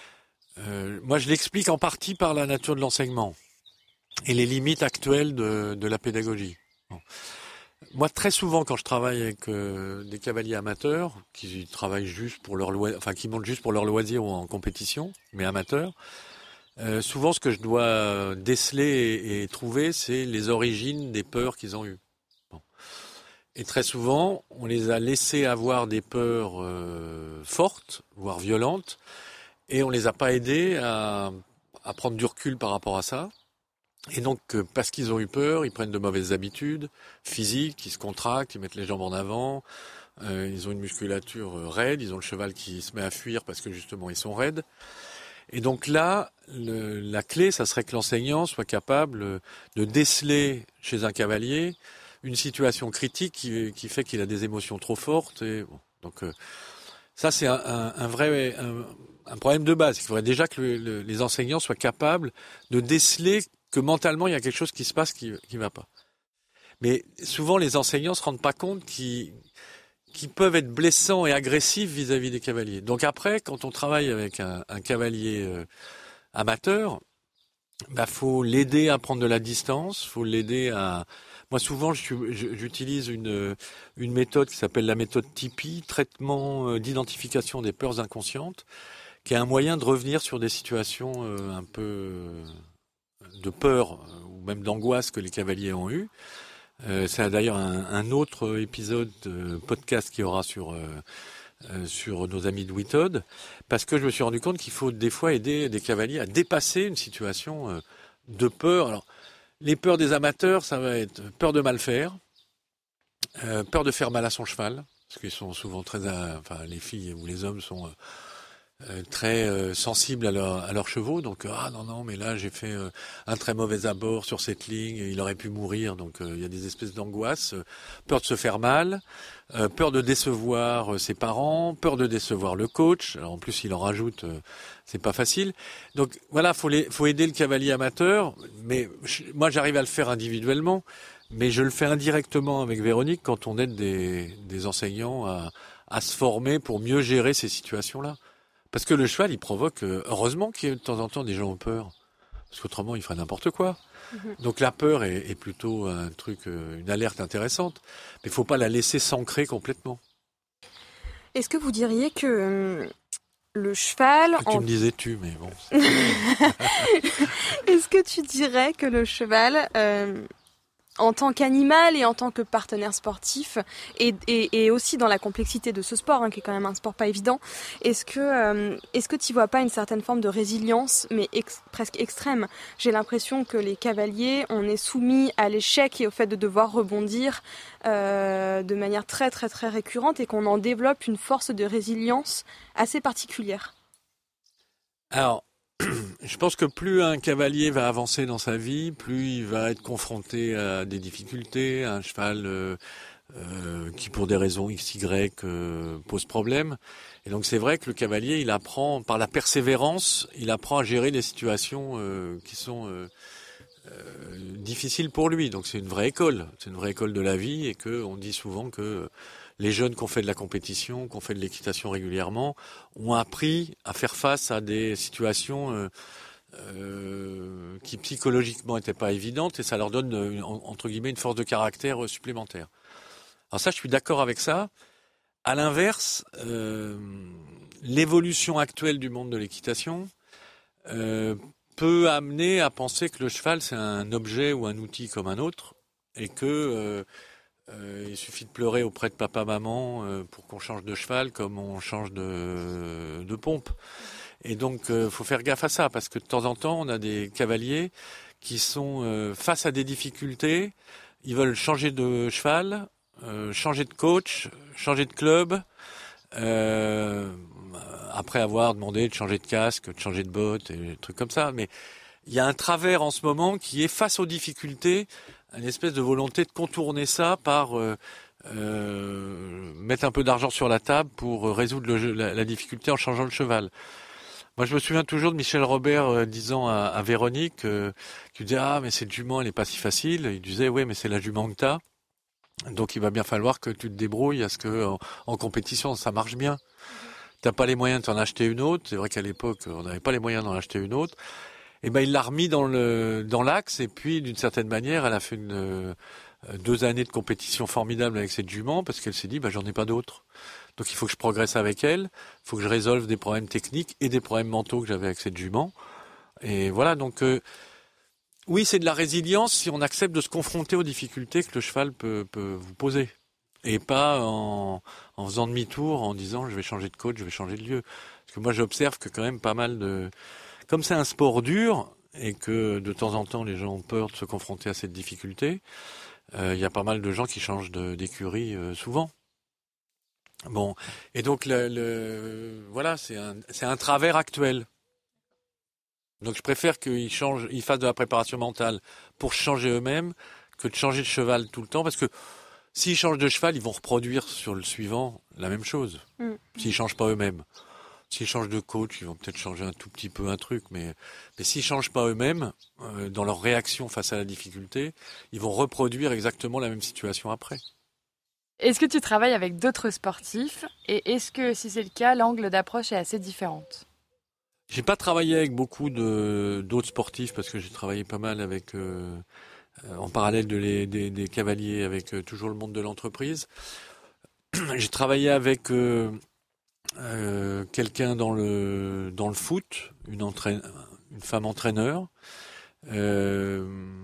Euh, moi, je l'explique en partie par la nature de l'enseignement et les limites actuelles de, de la pédagogie. Bon. Moi, très souvent, quand je travaille avec euh, des cavaliers amateurs qui travaillent juste pour leur loisir, enfin qui montent juste pour leur loisir ou en compétition, mais amateurs, Euh, souvent, ce que je dois déceler et, et trouver, c'est les origines des peurs qu'ils ont eues. Bon. Et très souvent, on les a laissés avoir des peurs euh, fortes, voire violentes, et on les a pas aidés à, à prendre du recul par rapport à ça. Et donc, euh, parce qu'ils ont eu peur, ils prennent de mauvaises habitudes physiques, ils se contractent, ils mettent les jambes en avant, euh, ils ont une musculature raide, ils ont le cheval qui se met à fuir parce que justement, ils sont raides. Et donc là, le, la clé, ça serait que l'enseignant soit capable de déceler chez un cavalier une situation critique qui, qui fait qu'il a des émotions trop fortes. Et bon, donc euh, ça, c'est un, un, un vrai un, un problème de base. Il faudrait déjà que le, le, les enseignants soient capables de déceler que mentalement, il y a quelque chose qui se passe qui ne va pas. Mais souvent, les enseignants se rendent pas compte qu'ils... qui peuvent être blessants et agressifs vis-à-vis des cavaliers. Donc après, quand on travaille avec un, un cavalier euh, amateur, bah faut l'aider à prendre de la distance, faut l'aider à... Moi souvent, je, je, j'utilise une, une méthode qui s'appelle la méthode Tipeee, traitement euh, d'identification des peurs inconscientes, qui est un moyen de revenir sur des situations euh, un peu euh, de peur euh, ou même d'angoisse que les cavaliers ont eues. Euh, c'est d'ailleurs un, un autre épisode de podcast qu'il y aura sur euh, euh, sur nos amis de Whitod, parce que je me suis rendu compte qu'il faut des fois aider des cavaliers à dépasser une situation euh, de peur. Alors, les peurs des amateurs, ça va être peur de mal faire, euh, peur de faire mal à son cheval, parce qu'ils sont souvent très, euh, enfin, les filles ou les hommes sont euh, euh, très euh, sensibles à, leur, à leurs chevaux. Donc, ah non, non, mais là, j'ai fait euh, un très mauvais abord sur cette ligne, il aurait pu mourir. Donc, euh, il y a des espèces d'angoisse, euh, peur de se faire mal, euh, peur de décevoir euh, ses parents, peur de décevoir le coach. Alors, en plus, il en rajoute, euh, c'est pas facile. Donc, voilà, faut, les, faut aider le cavalier amateur. Mais je, moi, j'arrive à le faire individuellement. Mais je le fais indirectement avec Véronique quand on aide des, des enseignants à, à se former pour mieux gérer ces situations-là. Parce que le cheval, il provoque, euh, heureusement qu'il y a de temps en temps des gens ont peur. Parce qu'autrement, il ferait n'importe quoi. Mm-hmm. Donc la peur est, est plutôt un truc, euh, une alerte intéressante. Mais il ne faut pas la laisser s'ancrer complètement. Est-ce que vous diriez que euh, le cheval... Tu en... me disais tu, mais bon. Est-ce que tu dirais que le cheval... Euh... en tant qu'animal et en tant que partenaire sportif, et, et, et aussi dans la complexité de ce sport, hein, qui est quand même un sport pas évident, est-ce que euh, est-ce que tu vois pas une certaine forme de résilience, mais ex- presque extrême? J'ai l'impression que les cavaliers, on est soumis à l'échec et au fait de devoir rebondir euh, de manière très très très récurrente, et qu'on en développe une force de résilience assez particulière. Alors, je pense que plus un cavalier va avancer dans sa vie, plus il va être confronté à des difficultés, à un cheval euh, euh, qui, pour des raisons X Y, euh, pose problème. Et donc c'est vrai que le cavalier, il apprend, par la persévérance, il apprend à gérer des situations euh, qui sont euh, euh, difficiles pour lui. Donc c'est une vraie école, c'est une vraie école de la vie, et que on dit souvent que les jeunes qui ont fait de la compétition, qui ont fait de l'équitation régulièrement, ont appris à faire face à des situations euh, euh, qui psychologiquement n'étaient pas évidentes, et ça leur donne, une, entre guillemets, une force de caractère supplémentaire. Alors ça, je suis d'accord avec ça. À l'inverse, euh, l'évolution actuelle du monde de l'équitation euh, peut amener à penser que le cheval, c'est un objet ou un outil comme un autre, et que... Euh, Euh, il suffit de pleurer auprès de papa-maman euh, pour qu'on change de cheval comme on change de, de pompe. Et donc, euh, faut faire gaffe à ça, parce que de temps en temps, on a des cavaliers qui sont euh, face à des difficultés. Ils veulent changer de cheval, euh, changer de coach, changer de club, euh, après avoir demandé de changer de casque, de changer de bottes et des trucs comme ça. Mais il y a un travers en ce moment qui est face aux difficultés, une espèce de volonté de contourner ça par euh, euh, mettre un peu d'argent sur la table pour résoudre le, la, la difficulté en changeant le cheval. Moi, je me souviens toujours de Michel Robert euh, disant à, à Véronique, euh, qui disait « Ah, mais cette jument, elle est pas si facile ». Il disait « Oui, mais c'est la jument que t'as. Donc, il va bien falloir que tu te débrouilles à ce que en, en compétition, ça marche bien. T'as pas les moyens de t'en acheter une autre. C'est vrai qu'à l'époque, on n'avait pas les moyens d'en acheter une autre. Et ben il l'a remis dans le dans l'axe, et puis d'une certaine manière, elle a fait une euh, deux années de compétition formidable avec cette jument, parce qu'elle s'est dit bah j'en ai pas d'autres. Donc il faut que je progresse avec elle, il faut que je résolve des problèmes techniques et des problèmes mentaux que j'avais avec cette jument. Et voilà, donc euh, oui, c'est de la résilience si on accepte de se confronter aux difficultés que le cheval peut peut vous poser, et pas en en faisant demi-tour, en disant je vais changer de coach, je vais changer de lieu. Parce que moi j'observe que quand même pas mal de Comme c'est un sport dur, et que de temps en temps les gens ont peur de se confronter à cette difficulté, il euh, y a pas mal de gens qui changent de, d'écurie euh, souvent. Bon, et donc le, le voilà, c'est un c'est un travers actuel. Donc je préfère qu'ils changent, ils fassent de la préparation mentale pour changer eux-mêmes que de changer de cheval tout le temps, parce que s'ils changent de cheval, ils vont reproduire sur le suivant la même chose. Mmh. S'ils changent pas eux-mêmes. S'ils changent de coach, ils vont peut-être changer un tout petit peu un truc, mais, mais s'ils changent pas eux-mêmes, euh, dans leur réaction face à la difficulté, ils vont reproduire exactement la même situation après. Est-ce que tu travailles avec d'autres sportifs, et est-ce que, si c'est le cas, l'angle d'approche est assez différente? J'ai pas travaillé avec beaucoup de, d'autres sportifs, parce que j'ai travaillé pas mal avec, euh, en parallèle de les, des, des cavaliers, avec euh, toujours le monde de l'entreprise. J'ai travaillé avec... Euh, Euh, quelqu'un dans le dans le foot, une entraîne, une femme entraîneur, euh,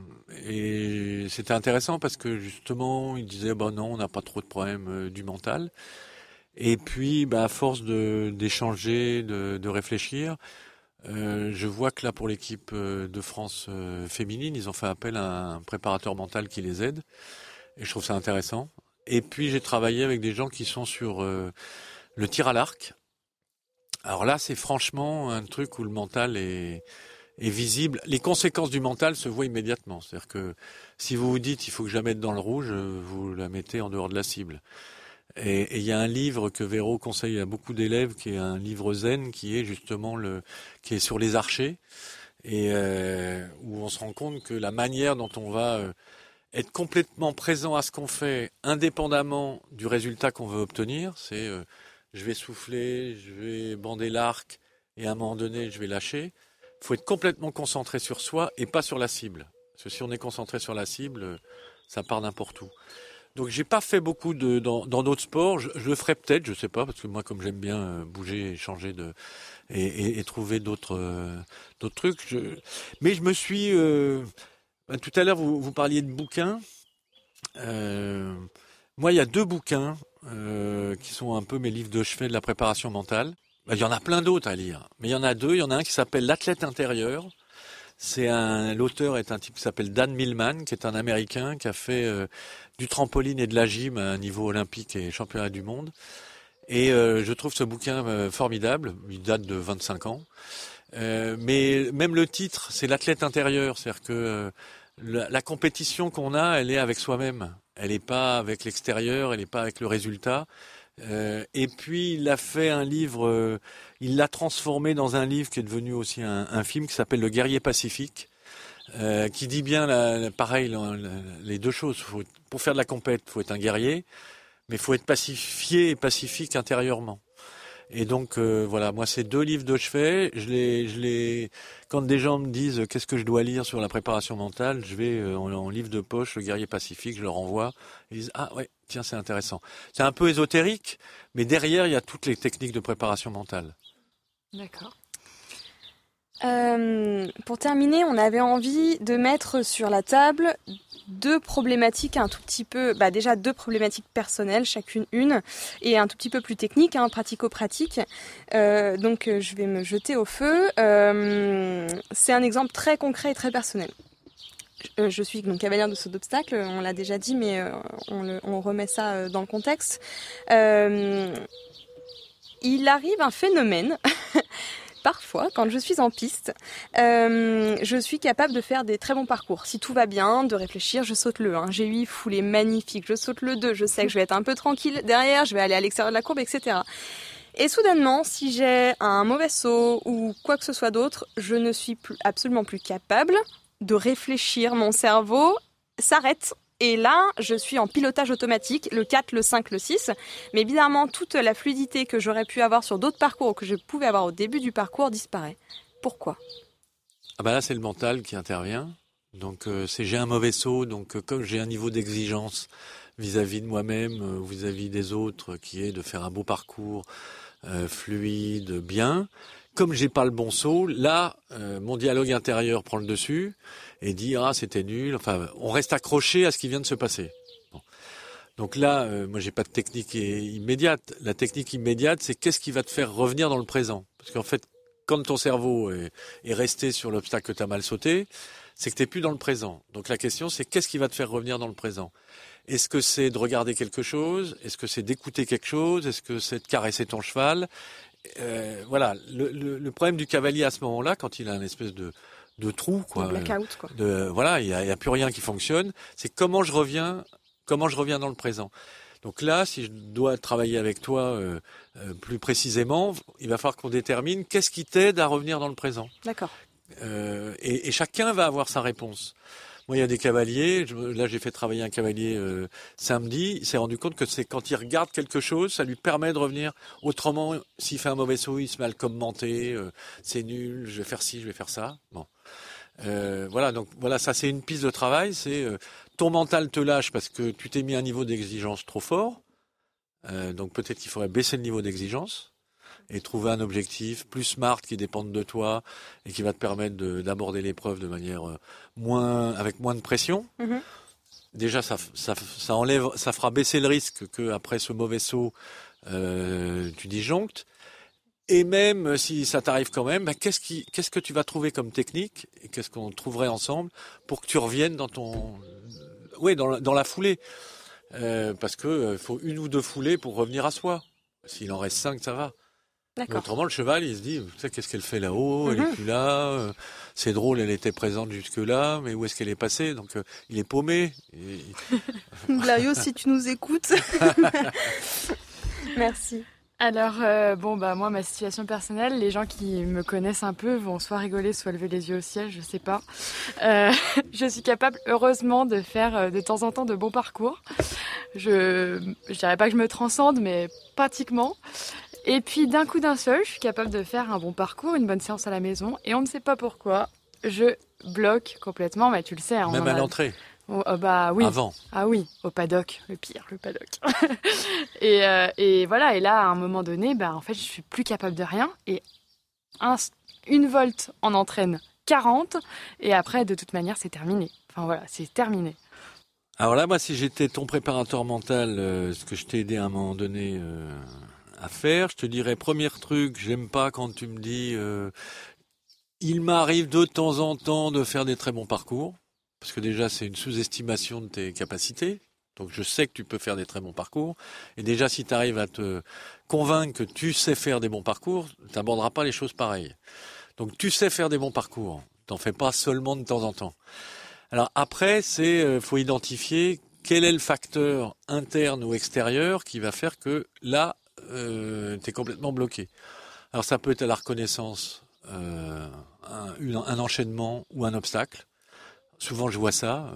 et c'était intéressant parce que justement il disait bah non, on n'a pas trop de problèmes euh, du mental, et puis bah à force de d'échanger, de, de réfléchir, euh, je vois que là pour l'équipe de France euh, féminine, ils ont fait appel à un préparateur mental qui les aide, et je trouve ça intéressant. Et puis j'ai travaillé avec des gens qui sont sur euh, le tir à l'arc, Alors là, c'est franchement un truc où le mental est, est visible. Les conséquences du mental se voient immédiatement. C'est-à-dire que si vous vous dites il faut que je la mette dans le rouge, vous la mettez en dehors de la cible. Et il y a un livre que Véro conseille à beaucoup d'élèves, qui est un livre zen, qui est justement le, qui est sur les archers, et euh, où on se rend compte que la manière dont on va euh, être complètement présent à ce qu'on fait, indépendamment du résultat qu'on veut obtenir, c'est euh, je vais souffler, je vais bander l'arc, et à un moment donné, je vais lâcher. Il faut être complètement concentré sur soi et pas sur la cible. Parce que si on est concentré sur la cible, ça part n'importe où. Donc j'ai pas fait beaucoup de dans dans d'autres sports. Je, je le ferai peut-être, je sais pas, parce que moi comme j'aime bien euh, bouger, et changer de et, et, et trouver d'autres euh, d'autres trucs. Je, mais je me suis euh, ben, tout à l'heure vous vous parliez de bouquins. Euh, moi il y a deux bouquins euh, qui sont un peu mes livres de chevet de la préparation mentale. Ben, il y en a plein d'autres à lire, mais il y en a deux. Il y en a un qui s'appelle L'athlète intérieur. C'est un, l'auteur est un type qui s'appelle Dan Millman, qui est un Américain qui a fait euh, du trampoline et de la gym à un niveau olympique et championnat du monde. Et euh, je trouve ce bouquin euh, formidable. Il date de vingt-cinq ans. Euh, mais même le titre, c'est l'athlète intérieur. C'est-à-dire que euh, la, la compétition qu'on a, elle est avec soi-même. Elle n'est pas avec l'extérieur, elle n'est pas avec le résultat. Euh, et puis il a fait un livre, euh, il l'a transformé dans un livre qui est devenu aussi un, un film qui s'appelle Le Guerrier Pacifique, euh, qui dit bien la, la, pareil la, la, les deux choses. Faut, pour faire de la compète, il faut être un guerrier, mais il faut être pacifié et pacifique intérieurement. Et donc euh, voilà, moi c'est deux livres de chevet. Je les, je les, quand des gens me disent euh, qu'est-ce que je dois lire sur la préparation mentale, je vais euh, en, en livre de poche, Le Guerrier Pacifique, je leur envoie. Ils disent ah ouais, tiens c'est intéressant. C'est un peu ésotérique, mais derrière il y a toutes les techniques de préparation mentale. D'accord. Euh, pour terminer, on avait envie de mettre sur la table deux problématiques un tout petit peu, bah déjà deux problématiques personnelles, chacune une, et un tout petit peu plus techniques, hein, pratico-pratique. Euh, donc je vais me jeter au feu. Euh, c'est un exemple très concret et très personnel. Je, je suis donc cavalière de saut d'obstacle, on l'a déjà dit, mais euh, on, le, on remet ça dans le contexte. Euh, il arrive un phénomène. Parfois, quand je suis en piste, euh, je suis capable de faire des très bons parcours. Si tout va bien, de réfléchir, je saute le un. J'ai eu foulée magnifique, je saute le deux. Je sais que je vais être un peu tranquille derrière, je vais aller à l'extérieur de la courbe, et cetera. Et soudainement, si j'ai un mauvais saut ou quoi que ce soit d'autre, je ne suis plus, absolument plus capable de réfléchir. Mon cerveau s'arrête. Et là, je suis en pilotage automatique, le quatre, le cinq, le six. Mais bizarrement, toute la fluidité que j'aurais pu avoir sur d'autres parcours ou que je pouvais avoir au début du parcours disparaît. Pourquoi ? Ah bah là, c'est le mental qui intervient. Donc euh, c'est j'ai un mauvais saut, donc euh, comme j'ai un niveau d'exigence vis-à-vis de moi-même, euh, vis-à-vis des autres, qui est de faire un beau parcours euh, fluide, bien. Comme j'ai pas le bon saut, là, euh, mon dialogue intérieur prend le dessus et dit ah c'était nul. Enfin, on reste accroché à ce qui vient de se passer. Bon. Donc là, euh, moi j'ai pas de technique immédiate. La technique immédiate, c'est qu'est-ce qui va te faire revenir dans le présent. Parce qu'en fait, quand ton cerveau est, est resté sur l'obstacle que tu as mal sauté, c'est que tu n'es plus dans le présent. Donc la question, c'est qu'est-ce qui va te faire revenir dans le présent ? Est-ce que c'est de regarder quelque chose ? Est-ce que c'est d'écouter quelque chose ? Est-ce que c'est de caresser ton cheval ? euh, Voilà, le, le, le problème du cavalier à ce moment-là, quand il a une espèce de, de trou, quoi, de blackout, quoi. De, voilà, il n'y a, il y a plus rien qui fonctionne, c'est comment je reviens, comment je reviens dans le présent. Donc là, si je dois travailler avec toi euh, euh, plus précisément, il va falloir qu'on détermine qu'est-ce qui t'aide à revenir dans le présent. D'accord. Euh, et, et chacun va avoir sa réponse. Moi, il y a des cavaliers. Je, là, j'ai fait travailler un cavalier euh, samedi. Il s'est rendu compte que c'est quand il regarde quelque chose, ça lui permet de revenir. Autrement, s'il fait un mauvais saut, il se met à le commenter. Euh, c'est nul. Je vais faire ci, je vais faire ça. Bon. Euh, voilà. Donc voilà, ça c'est une piste de travail. C'est euh, ton mental te lâche parce que tu t'es mis à un niveau d'exigence trop fort. Euh, donc peut-être qu'il faudrait baisser le niveau d'exigence et trouver un objectif plus smart qui dépende de toi et qui va te permettre de, d'aborder l'épreuve de manière euh, moins, avec moins de pression. Mm-hmm. Déjà, ça, ça, ça enlève, ça fera baisser le risque que après ce mauvais saut, euh, tu disjonctes. Et même si ça t'arrive quand même, ben, qu'est-ce qui, qu'est-ce que tu vas trouver comme technique et qu'est-ce qu'on trouverait ensemble pour que tu reviennes dans ton, oui, dans la, dans la foulée, euh, parce que euh, faut une ou deux foulées pour revenir à soi. S'il en reste cinq, ça va. D'accord. Autrement, le cheval, il se dit, tu sais, qu'est-ce qu'elle fait là-haut? Elle Mhm. est plus là. euh, C'est drôle, elle était présente jusque-là, mais où est-ce qu'elle est passée? Donc, euh, il est paumé. Et- Glario, si tu nous écoutes. Merci. Alors, euh, bon, bah, moi, ma situation personnelle, les gens qui me connaissent un peu vont soit rigoler, soit lever les yeux au ciel, je sais pas. Euh, je suis capable, heureusement, de faire euh, de temps en temps de bons parcours. Je, je dirais pas que je me transcende, mais pratiquement. Et puis, d'un coup d'un seul, je suis capable de faire un bon parcours, une bonne séance à la maison, et on ne sait pas pourquoi, je bloque complètement, mais tu le sais. Hein, on Même en à a- l'entrée, Oh, oh, bah oui. avant. Ah oui, au paddock, le pire, le paddock. et, euh, et voilà, et là, à un moment donné, bah, en fait, je suis plus capable de rien. Et un, une volte en entraîne quarante, et après, de toute manière, c'est terminé. Enfin voilà, c'est terminé. Alors là, moi, si j'étais ton préparateur mental, euh, ce que je t'ai aidé à un moment donné euh, à faire, je te dirais, premier truc, j'aime pas quand tu me dis, euh, il m'arrive de temps en temps de faire des très bons parcours, parce que déjà, c'est une sous-estimation de tes capacités. Donc je sais que tu peux faire des très bons parcours. Et déjà, si tu arrives à te convaincre que tu sais faire des bons parcours, tu n'aborderas pas les choses pareilles. Donc tu sais faire des bons parcours. T'en fais pas seulement de temps en temps. Alors après, c'est euh, faut identifier quel est le facteur interne ou extérieur qui va faire que là, euh, tu es complètement bloqué. Alors ça peut être à la reconnaissance, euh, un, une- un enchaînement ou un obstacle. Souvent, je vois ça.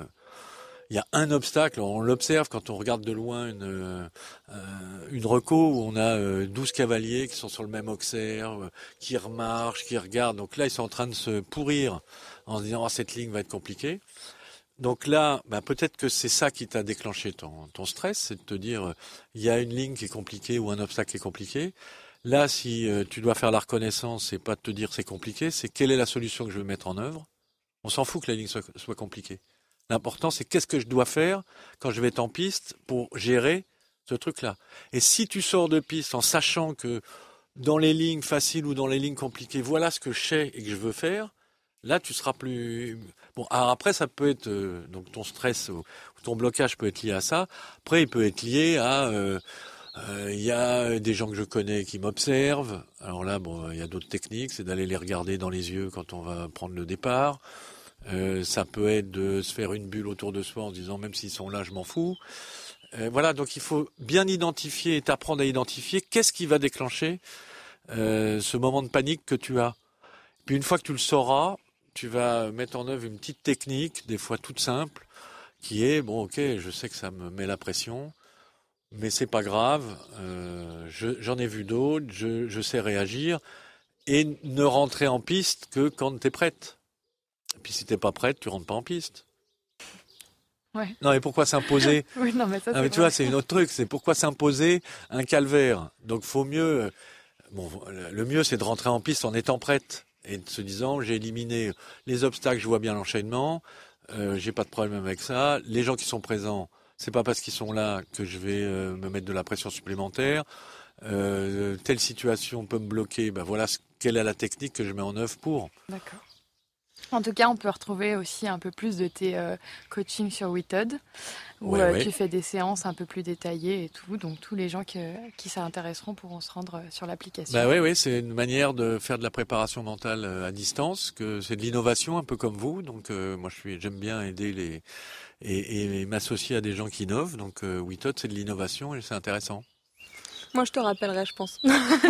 Il y a un obstacle, on l'observe quand on regarde de loin une, euh, une reco où on a euh, douze cavaliers qui sont sur le même auxerre, euh, qui remarchent, qui regardent. Donc là, ils sont en train de se pourrir en se disant oh, cette ligne va être compliquée. Donc là, bah, peut-être que c'est ça qui t'a déclenché ton, ton stress, c'est de te dire euh, il y a une ligne qui est compliquée ou un obstacle qui est compliqué. Là, si euh, tu dois faire la reconnaissance, c'est pas de te dire c'est compliqué, c'est quelle est la solution que je vais mettre en œuvre. On s'en fout que la ligne soit, soit compliquée. L'important, c'est qu'est-ce que je dois faire quand je vais être en piste pour gérer ce truc-là. Et si tu sors de piste en sachant que dans les lignes faciles ou dans les lignes compliquées, voilà ce que je sais et que je veux faire, là, tu seras plus... Bon, alors après, ça peut être... euh, donc ton stress ou ton blocage peut être lié à ça. Après, il peut être lié à... euh, euh, il y a des gens que je connais qui m'observent. Alors là, bon, il y a d'autres techniques, c'est d'aller les regarder dans les yeux quand on va prendre le départ. Euh, ça peut être de se faire une bulle autour de soi en se disant même s'ils sont là, je m'en fous. Euh, voilà, donc il faut bien identifier et t'apprendre à identifier qu'est-ce qui va déclencher euh, ce moment de panique que tu as. Puis une fois que tu le sauras, tu vas mettre en œuvre une petite technique, des fois toute simple, qui est bon, ok, je sais que ça me met la pression. Mais c'est pas grave, euh, je, j'en ai vu d'autres, je, je sais réagir et ne rentrer en piste que quand t'es prête. Et puis si t'es pas prête, tu rentres pas en piste. Ouais. Non mais pourquoi s'imposer? Oui, non, mais ça, Ah, c'est mais tu vrai. vois, c'est une autre truc, c'est pourquoi s'imposer un calvaire. Donc faut mieux, euh, bon, le mieux c'est de rentrer en piste en étant prête et de se disant j'ai éliminé les obstacles, je vois bien l'enchaînement, euh, j'ai pas de problème avec ça. Les gens qui sont présents, c'est pas parce qu'ils sont là que je vais euh, me mettre de la pression supplémentaire. Euh, telle situation peut me bloquer. Ben voilà, ce- quelle est la technique que je mets en œuvre pour. D'accord. En tout cas, on peut retrouver aussi un peu plus de tes euh, coachings sur WeTod, où Ouais, euh, ouais. tu fais des séances un peu plus détaillées et tout. Donc tous les gens que, qui s'intéresseront pourront se rendre euh, sur l'application. Bah oui, oui, c'est une manière de faire de la préparation mentale euh, à distance, que c'est de l'innovation un peu comme vous. Donc euh, moi, je suis, j'aime bien aider les et, et m'associer à des gens qui innovent. Donc euh, WeTod, c'est de l'innovation et c'est intéressant. Moi, je te rappellerai, je pense.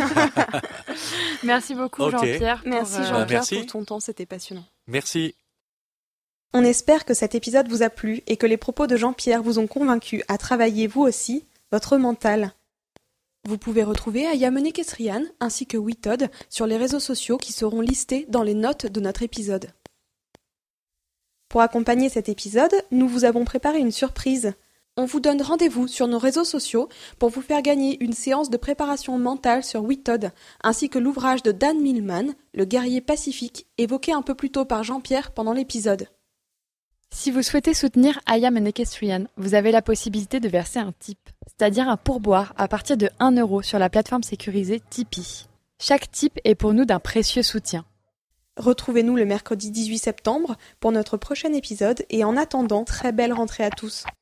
Merci beaucoup Ok. Jean-Pierre. pour, Merci euh, Jean-Pierre merci. pour ton temps, c'était passionnant. Merci. On espère que cet épisode vous a plu et que les propos de Jean-Pierre vous ont convaincu à travailler vous aussi votre mental. Vous pouvez retrouver Ayamene Kesrian ainsi que WeTod sur les réseaux sociaux qui seront listés dans les notes de notre épisode. Pour accompagner cet épisode, nous vous avons préparé une surprise. On vous donne rendez-vous sur nos réseaux sociaux pour vous faire gagner une séance de préparation mentale sur WeTod, ainsi que l'ouvrage de Dan Millman, Le guerrier pacifique, évoqué un peu plus tôt par Jean-Pierre pendant l'épisode. Si vous souhaitez soutenir I Am an Equestrian, vous avez la possibilité de verser un tip, c'est-à-dire un pourboire à partir de un euro sur la plateforme sécurisée Tipeee. Chaque tip est pour nous d'un précieux soutien. Retrouvez-nous le mercredi dix-huit septembre pour notre prochain épisode et en attendant, très belle rentrée à tous.